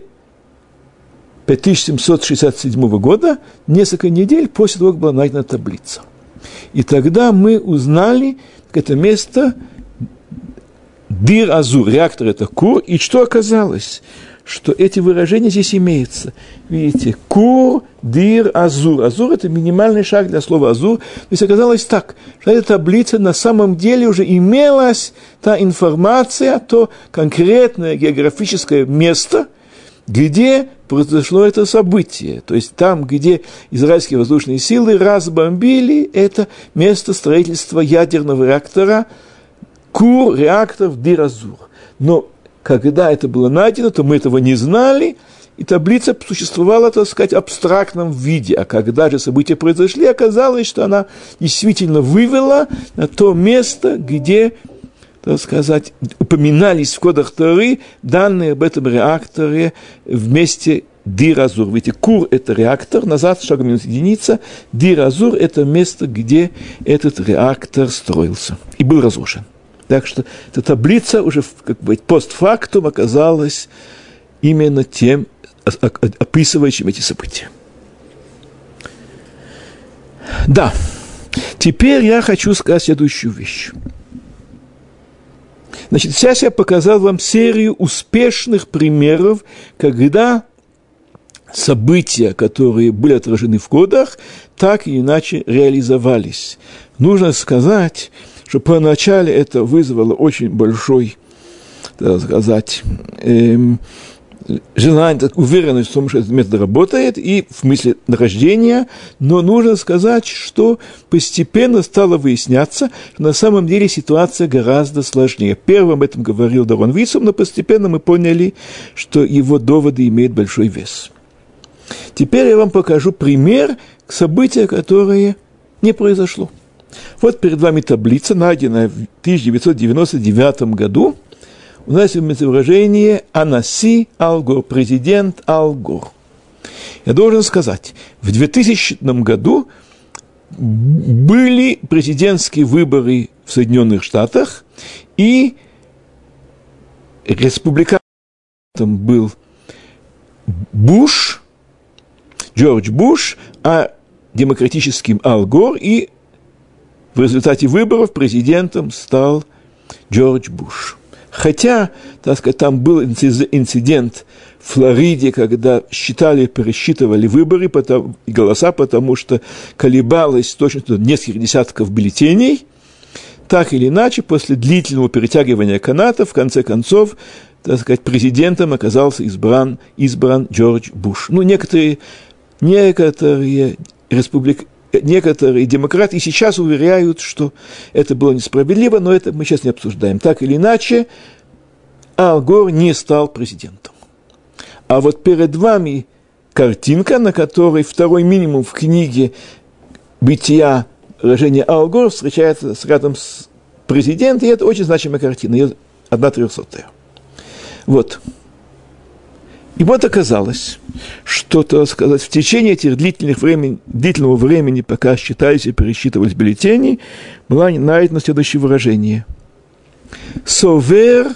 5767 года, несколько недель после того, как была найдена таблица. И тогда мы узнали, это место Дир-Азур, реактор – это Кур, и что оказалось? Что эти выражения здесь имеются. Видите, Кур, Дир, Азур. Азур – это минимальный шаг для слова Азур. То есть оказалось так, что эта таблица на самом деле уже имелась та информация, то конкретное географическое место, где произошло это событие. То есть там, где израильские воздушные силы разбомбили это место строительства ядерного реактора Кур, реактор в Дир-Азур. Но когда это было найдено, то мы этого не знали, и таблица существовала, так сказать, в абстрактном виде. А когда же события произошли, оказалось, что она действительно вывела на то место, где, так сказать, упоминались в кодах Торы данные об этом реакторе вместе Дир-Азур. Видите, Кур – это реактор, назад шагом минус единица, Дир-Азур – это место, где этот реактор строился и был разрушен. Так что эта таблица уже как бы постфактум оказалась именно тем, описывающим эти события. Да, теперь я хочу сказать следующую вещь. Значит, сейчас я показал вам серию успешных примеров, когда события, которые были отражены в кодах, так или иначе реализовались. Нужно сказать, что поначалу это вызвало очень большой, так сказать, желание, уверенность в том, что этот метод работает, и в смысле нахождения, но нужно сказать, что постепенно стало выясняться, что на самом деле ситуация гораздо сложнее. Первым об этом говорил Дорон Вицум, но постепенно мы поняли, что его доводы имеют большой вес. Теперь я вам покажу пример события, которое не произошло. Вот перед вами таблица, найденная в 1999 году. У нас есть выражение «Анаси Алгор», президент Алгор. Я должен сказать, в 2000 году были президентские выборы в Соединенных Штатах, и республиканцем был Буш, Джордж Буш, а демократическим Ал Гор, и в результате выборов президентом стал Джордж Буш. Хотя, так сказать, там был инцидент в Флориде, когда пересчитывали выборы, голоса, потому что колебалось точно несколько десятков бюллетеней. Так или иначе, после длительного перетягивания каната, в конце концов, так сказать, президентом оказался избран Джордж Буш. Некоторые демократы и сейчас уверяют, что это было несправедливо, но это мы сейчас не обсуждаем. Так или иначе, Ал Гор не стал президентом. А вот перед вами картинка, на которой второй минимум в книге «Бытия» выражение Ал Гор встречается рядом с президентом, и это очень значимая картина, ее 1/300. Вот. И вот оказалось, что, так сказать, в течение этих длительного времени, пока считались и пересчитывались бюллетени, было найдено следующее выражение. «Совер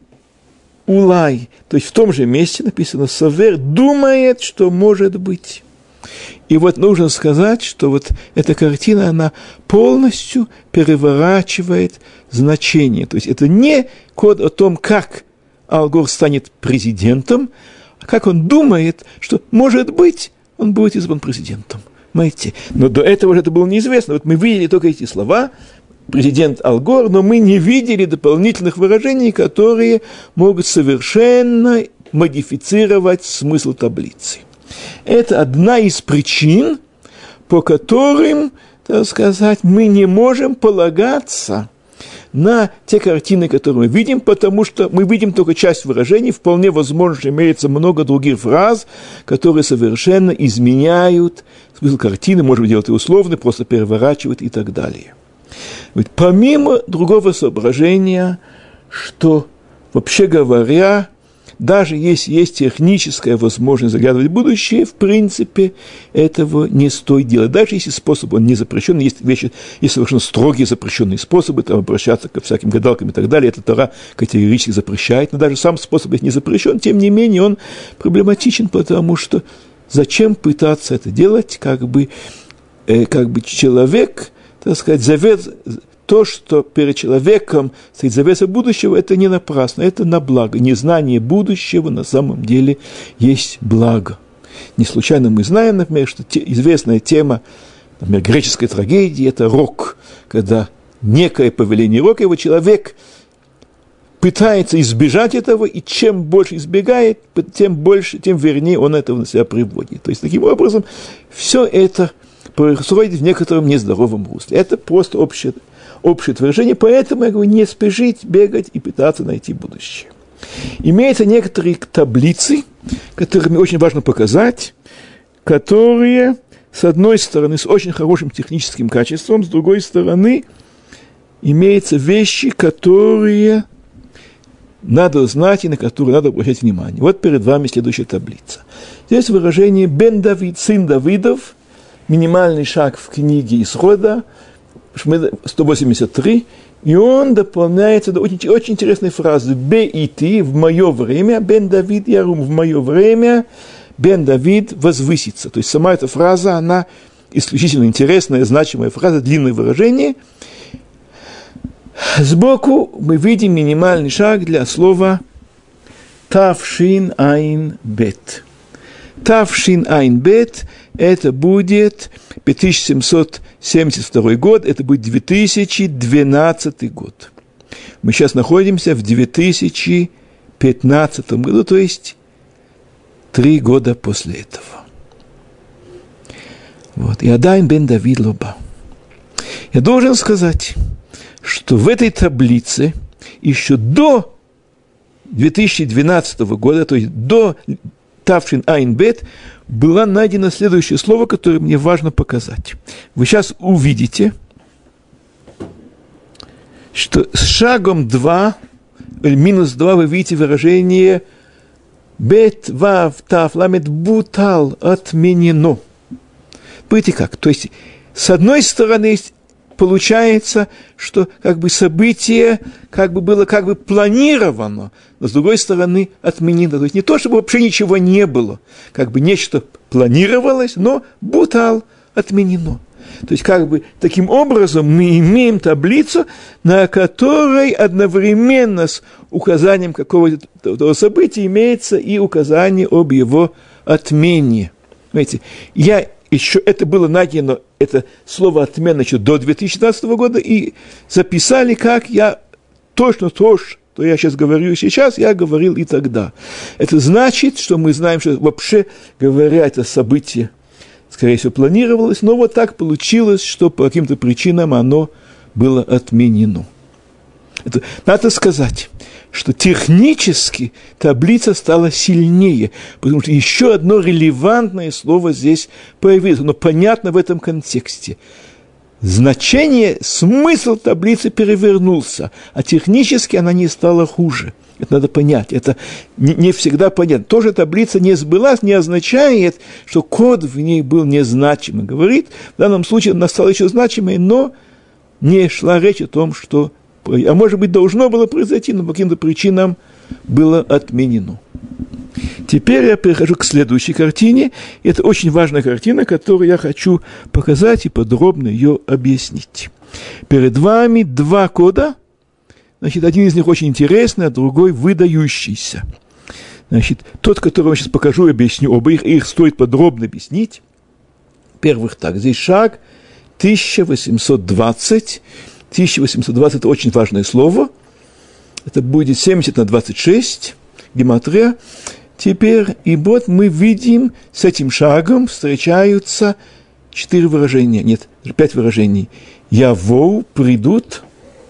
улай». То есть в том же месте написано «совер думает, что может быть». И вот нужно сказать, что вот эта картина, она полностью переворачивает значение. То есть это не код о том, как Ал Гор станет президентом, а как он думает, что, может быть, он будет избран президентом. Понимаете? Но до этого же это было неизвестно. Вот мы видели только эти слова, президент Ал Гор, но мы не видели дополнительных выражений, которые могут совершенно модифицировать смысл таблицы. Это одна из причин, по которым, так сказать, мы не можем полагаться на те картины, которые мы видим, потому что мы видим только часть выражений, вполне возможно, что имеется много других фраз, которые совершенно изменяют смысл картины, может быть, делают и условно, просто переворачивают и так далее. Ведь помимо другого соображения, что, вообще говоря, даже если есть техническая возможность заглядывать в будущее, в принципе, этого не стоит делать. Даже если способ он не запрещен, есть вещи, есть совершенно строгие запрещенные способы, там, обращаться к всяким гадалкам и так далее, это Тора категорически запрещает, но даже сам способ не запрещен, тем не менее он проблематичен, потому что зачем пытаться это делать, как бы человек, так сказать, завет. То, что перед человеком стоит завеса будущего, это не напрасно, это на благо. Незнание будущего на самом деле есть благо. Не случайно мы знаем, например, что известная тема, например, греческой трагедии – это рок, когда некое повеление рока, его человек пытается избежать этого, и чем больше избегает, тем вернее он этого на себя приводит. То есть, таким образом, все это происходит в некотором нездоровом русле. Это просто общее утверждение, поэтому я говорю, не спешить бегать и пытаться найти будущее. Имеются некоторые таблицы, которые мне очень важно показать, которые, с одной стороны, с очень хорошим техническим качеством, с другой стороны, имеются вещи, которые надо знать и на которые надо обращать внимание. Вот перед вами следующая таблица. Здесь выражение «Бен Давид, сын Давидов», минимальный шаг в книге Исрода, 183, и он дополняется до очень, очень интересной фразы «Бе и ты в мое время, Бен Давид Ярум в мое время, Бен Давид возвысится». То есть сама эта фраза, она исключительно интересная, значимая фраза, длинное выражение. Сбоку мы видим минимальный шаг для слова «Тавшин айн бет». Тавшин айн бет – это будет 5772 год, это будет 2012 год. Мы сейчас находимся в 2015 году, то есть 3 года после этого. Вот. И Адайн бен Давид лоба. Я должен сказать, что в этой таблице еще до 2012 года, то есть до Тавшин айн бет, было найдено следующее слово, которое мне важно показать. Вы сейчас увидите, что с шагом 2, или минус 2, вы видите выражение бет, вав, тав, ламет, бутал, отменено. Видите как? То есть, с одной стороны, получается, что как бы событие как бы было как бы планировано, но с другой стороны отменено. То есть не то, чтобы вообще ничего не было, как бы нечто планировалось, но бутал отменено. То есть, как бы, таким образом мы имеем таблицу, на которой одновременно с указанием какого-то события имеется и указание об его отмене. Понимаете, это было найдено, это слово «отмена» еще до 2012 года, и записали, как я точно то, что я сейчас говорю сейчас, я говорил и тогда. Это значит, что мы знаем, что вообще говоря, это событие, скорее всего, планировалось, но вот так получилось, что по каким-то причинам оно было отменено. Надо сказать, что технически таблица стала сильнее, потому что еще одно релевантное слово здесь появилось, но понятно в этом контексте. Значение, смысл таблицы перевернулся, а технически она не стала хуже. Это надо понять, это не всегда понятно. Тоже таблица не сбылась, не означает, что код в ней был незначимый. Говорит, в данном случае она стала еще значимой, но не шла речь о том, что, а может быть, должно было произойти, но по каким-то причинам было отменено. Теперь я перехожу к следующей картине. Это очень важная картина, которую я хочу показать и подробно ее объяснить. Перед вами два кода. Значит, один из них очень интересный, а другой выдающийся. Значит, тот, который я сейчас покажу и объясню, оба их стоит подробно объяснить. Во-первых, так, здесь шаг 1820. 1820 – это очень важное слово. Это будет 70 на 26, гематрия. Теперь, и вот мы видим, с этим шагом встречаются 4 выражения, нет, 5 выражений. Явоу, придут,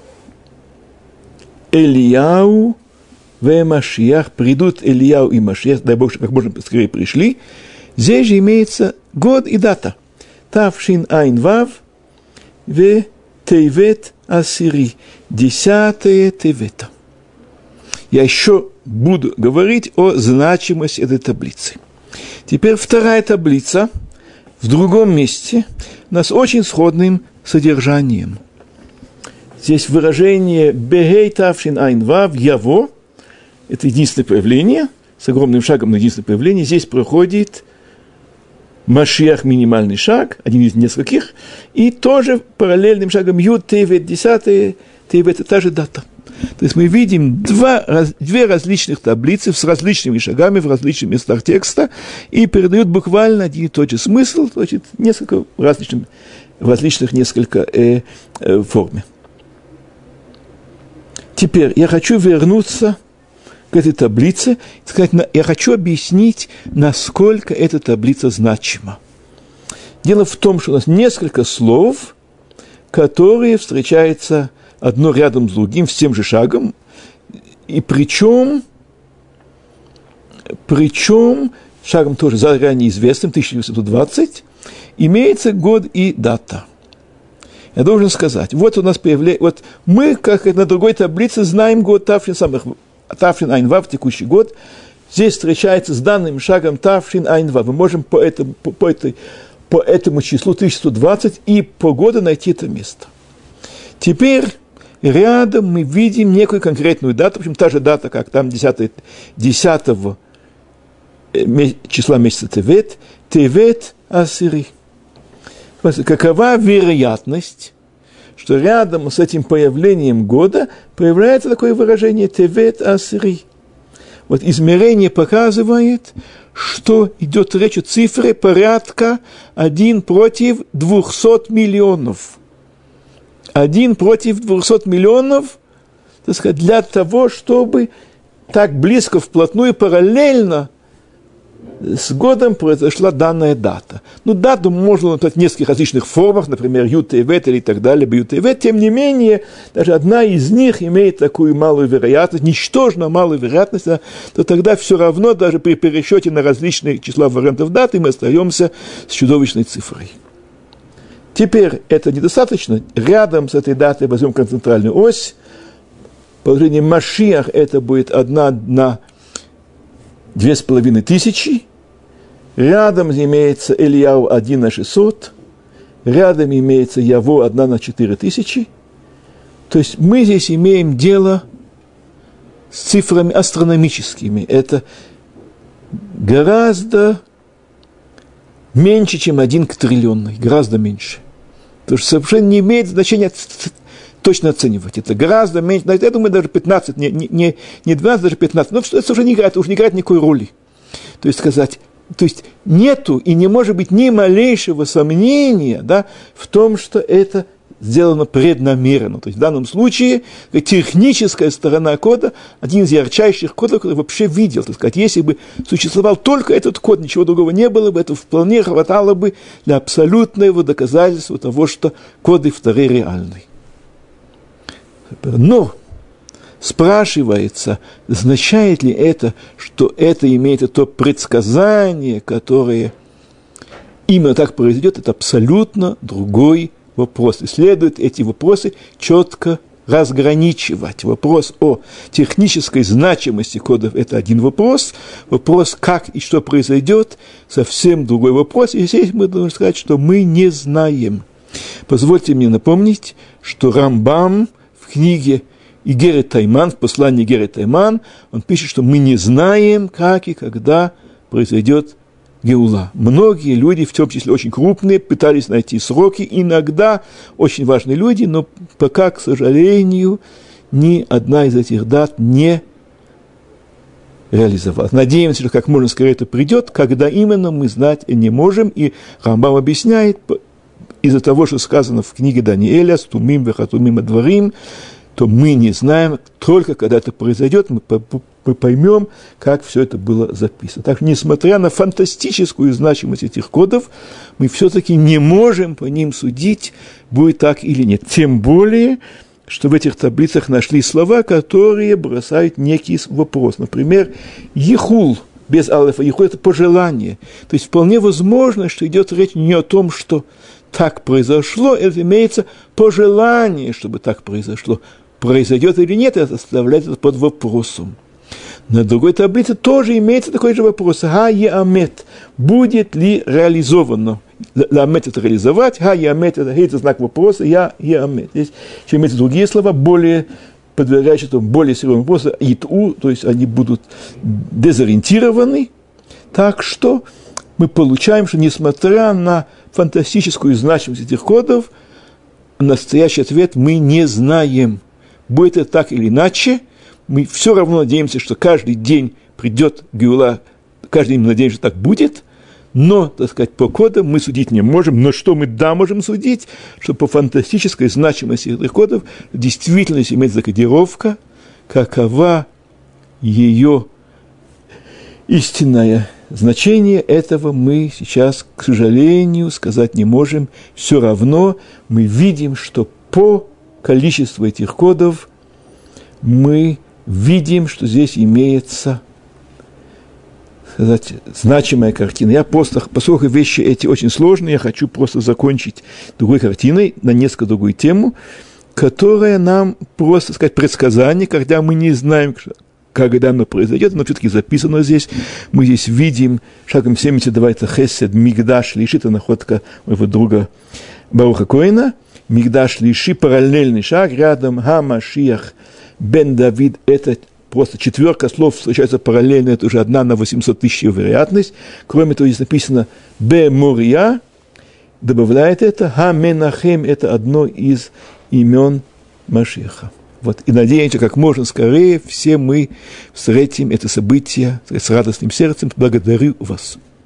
Элияу, ве Машиах, придут Элияу и Машиах, дай Бог, как можно скорее пришли. Здесь же имеется год и дата. Тавшин айн вав, ве тейвет асири, 10-е тейвета. Я еще буду говорить о значимости этой таблицы. Теперь вторая таблица в другом месте, но с очень сходным содержанием. Здесь выражение «бегей тавшин айн вав» «яво» – это единственное появление, с огромным шагом на единственное появление. Здесь проходит Машиах, минимальный шаг, один из нескольких, и тоже параллельным шагом «юд», «тейвет», 10-е, «тейвет» – это та же дата. То есть мы видим две различных таблицы с различными шагами в различных местах текста и передают буквально один и тот же смысл, значит, несколько в различных несколько форме. Теперь я хочу вернуться к этой таблице и сказать, я хочу объяснить, насколько эта таблица значима. Дело в том, что у нас несколько слов, которые встречаются одно рядом с другим, с тем же шагом, и причем шагом тоже заранее известным, 1820, имеется год и дата. Я должен сказать, вот у нас появляется, вот мы, как на другой таблице, знаем год Тавшин айн вав, текущий год, здесь встречается с данным шагом Тавшин айн вав. Мы можем по этому числу 1120 и по году найти это место. Теперь рядом мы видим некую конкретную дату, в общем, та же дата, как там 10 числа месяца Тевет, Тевет Асири. Какова вероятность, что рядом с этим появлением года появляется такое выражение Тевет Асири? Вот измерение показывает, что идет речь о цифре порядка 1 против 200 миллионов. 1 против 200 миллионов, так сказать, для того, чтобы так близко, вплотную, параллельно с годом произошла данная дата. Ну, дату можно назвать в нескольких различных формах, например, ЮТВ или так далее, БЮТВ. Тем не менее, даже одна из них имеет такую малую вероятность, ничтожно малую вероятность, то тогда все равно, даже при пересчете на различные числа вариантов даты, мы остаемся с чудовищной цифрой. Теперь это недостаточно. Рядом с этой датой возьмем центральную ось. Положение Машиах это будет 1 на 2500. Рядом имеется Элияу 1 на 600. Рядом имеется Яво 1 на 4000. То есть мы здесь имеем дело с цифрами астрономическими. Это гораздо меньше, чем 1 к триллионной. Гораздо меньше. Потому что совершенно не имеет значения точно оценивать. Это гораздо меньше. Я думаю, даже 15, не 12, даже 15. Но это уже не играет никакой роли. То есть сказать, то есть нету и не может быть ни малейшего сомнения, да, в том, что это сделано преднамеренно. То есть в данном случае техническая сторона кода, один из ярчайших кодов, который вообще видел. Так сказать, если бы существовал только этот код, ничего другого не было бы, это вполне хватало бы для абсолютного доказательства того, что коды вторые реальны. Но спрашивается, означает ли это, что это имеет то предсказание, которое именно так произойдет, это абсолютно другой вопрос. И следует эти вопросы четко разграничивать. Вопрос о технической значимости кодов – это один вопрос. Вопрос, как и что произойдет, совсем другой вопрос. И здесь мы должны сказать, что мы не знаем. Позвольте мне напомнить, что Рамбам в книге Игерет Тайман, в послании Игерет Тайман, он пишет, что мы не знаем, как и когда произойдет Геула. Многие люди, в том числе очень крупные, пытались найти сроки, иногда очень важные люди, но пока, к сожалению, ни одна из этих дат не реализовалась. Надеемся, что как можно скорее это придет, когда именно мы знать не можем, и Рамбам объясняет, из-за того, что сказано в книге Даниэля, «Стумим вехатумим адварим», то мы не знаем, только когда это произойдет, мы поймем, как все это было записано. Так что, несмотря на фантастическую значимость этих кодов, мы все-таки не можем по ним судить, будет так или нет. Тем более, что в этих таблицах нашли слова, которые бросают некий вопрос. Например, «ехул» без алефа. «Ехул» – это пожелание. То есть, вполне возможно, что идет речь не о том, что так произошло, это имеется пожелание, чтобы так произошло. Произойдет или нет, это оставляется под вопросом. На другой таблице тоже имеется такой же вопрос. Ха-е-амет. Будет ли реализовано? Ла-амет – это реализовать. Ха-е-амет – это знак вопроса. Я-е-амет. Здесь еще имеются другие слова, более подвергающие более серьезному вопросу. Ит-у, то есть они будут дезориентированы. Так что мы получаем, что несмотря на фантастическую значимость этих кодов, настоящий ответ мы не знаем. Будет это так или иначе, мы все равно надеемся, что каждый день придет Геула, каждый день мы надеемся, что так будет, но, так сказать, по кодам мы судить не можем. Но что мы можем судить, что по фантастической значимости этих кодов в действительности имеет закодировка, какова ее истинное значение, этого мы сейчас, к сожалению, сказать не можем. Все равно мы видим, что по количеству этих кодов мы видим, что здесь имеется, сказать, значимая картина. Поскольку вещи эти очень сложные, я хочу просто закончить другой картиной на несколько другую тему, которая нам просто, сказать, предсказание, когда мы не знаем, когда оно произойдет, но все-таки записано здесь. Мы здесь видим, шагом 70 давайте Хесед Мигдаш Лиши, это находка моего друга Баруха Коэна. Мигдаш Лиши, параллельный шаг, рядом Ха-Машиах Бен Давид, это просто четверка слов встречается параллельно, это уже 1 на 800 тысяч вероятность. Кроме того, здесь написано Бе Мория, добавляет это, Ха-Менахем, это одно из имен Машиаха. Вот. И надеемся, как можно скорее все мы встретим это событие с радостным сердцем. Благодарю вас.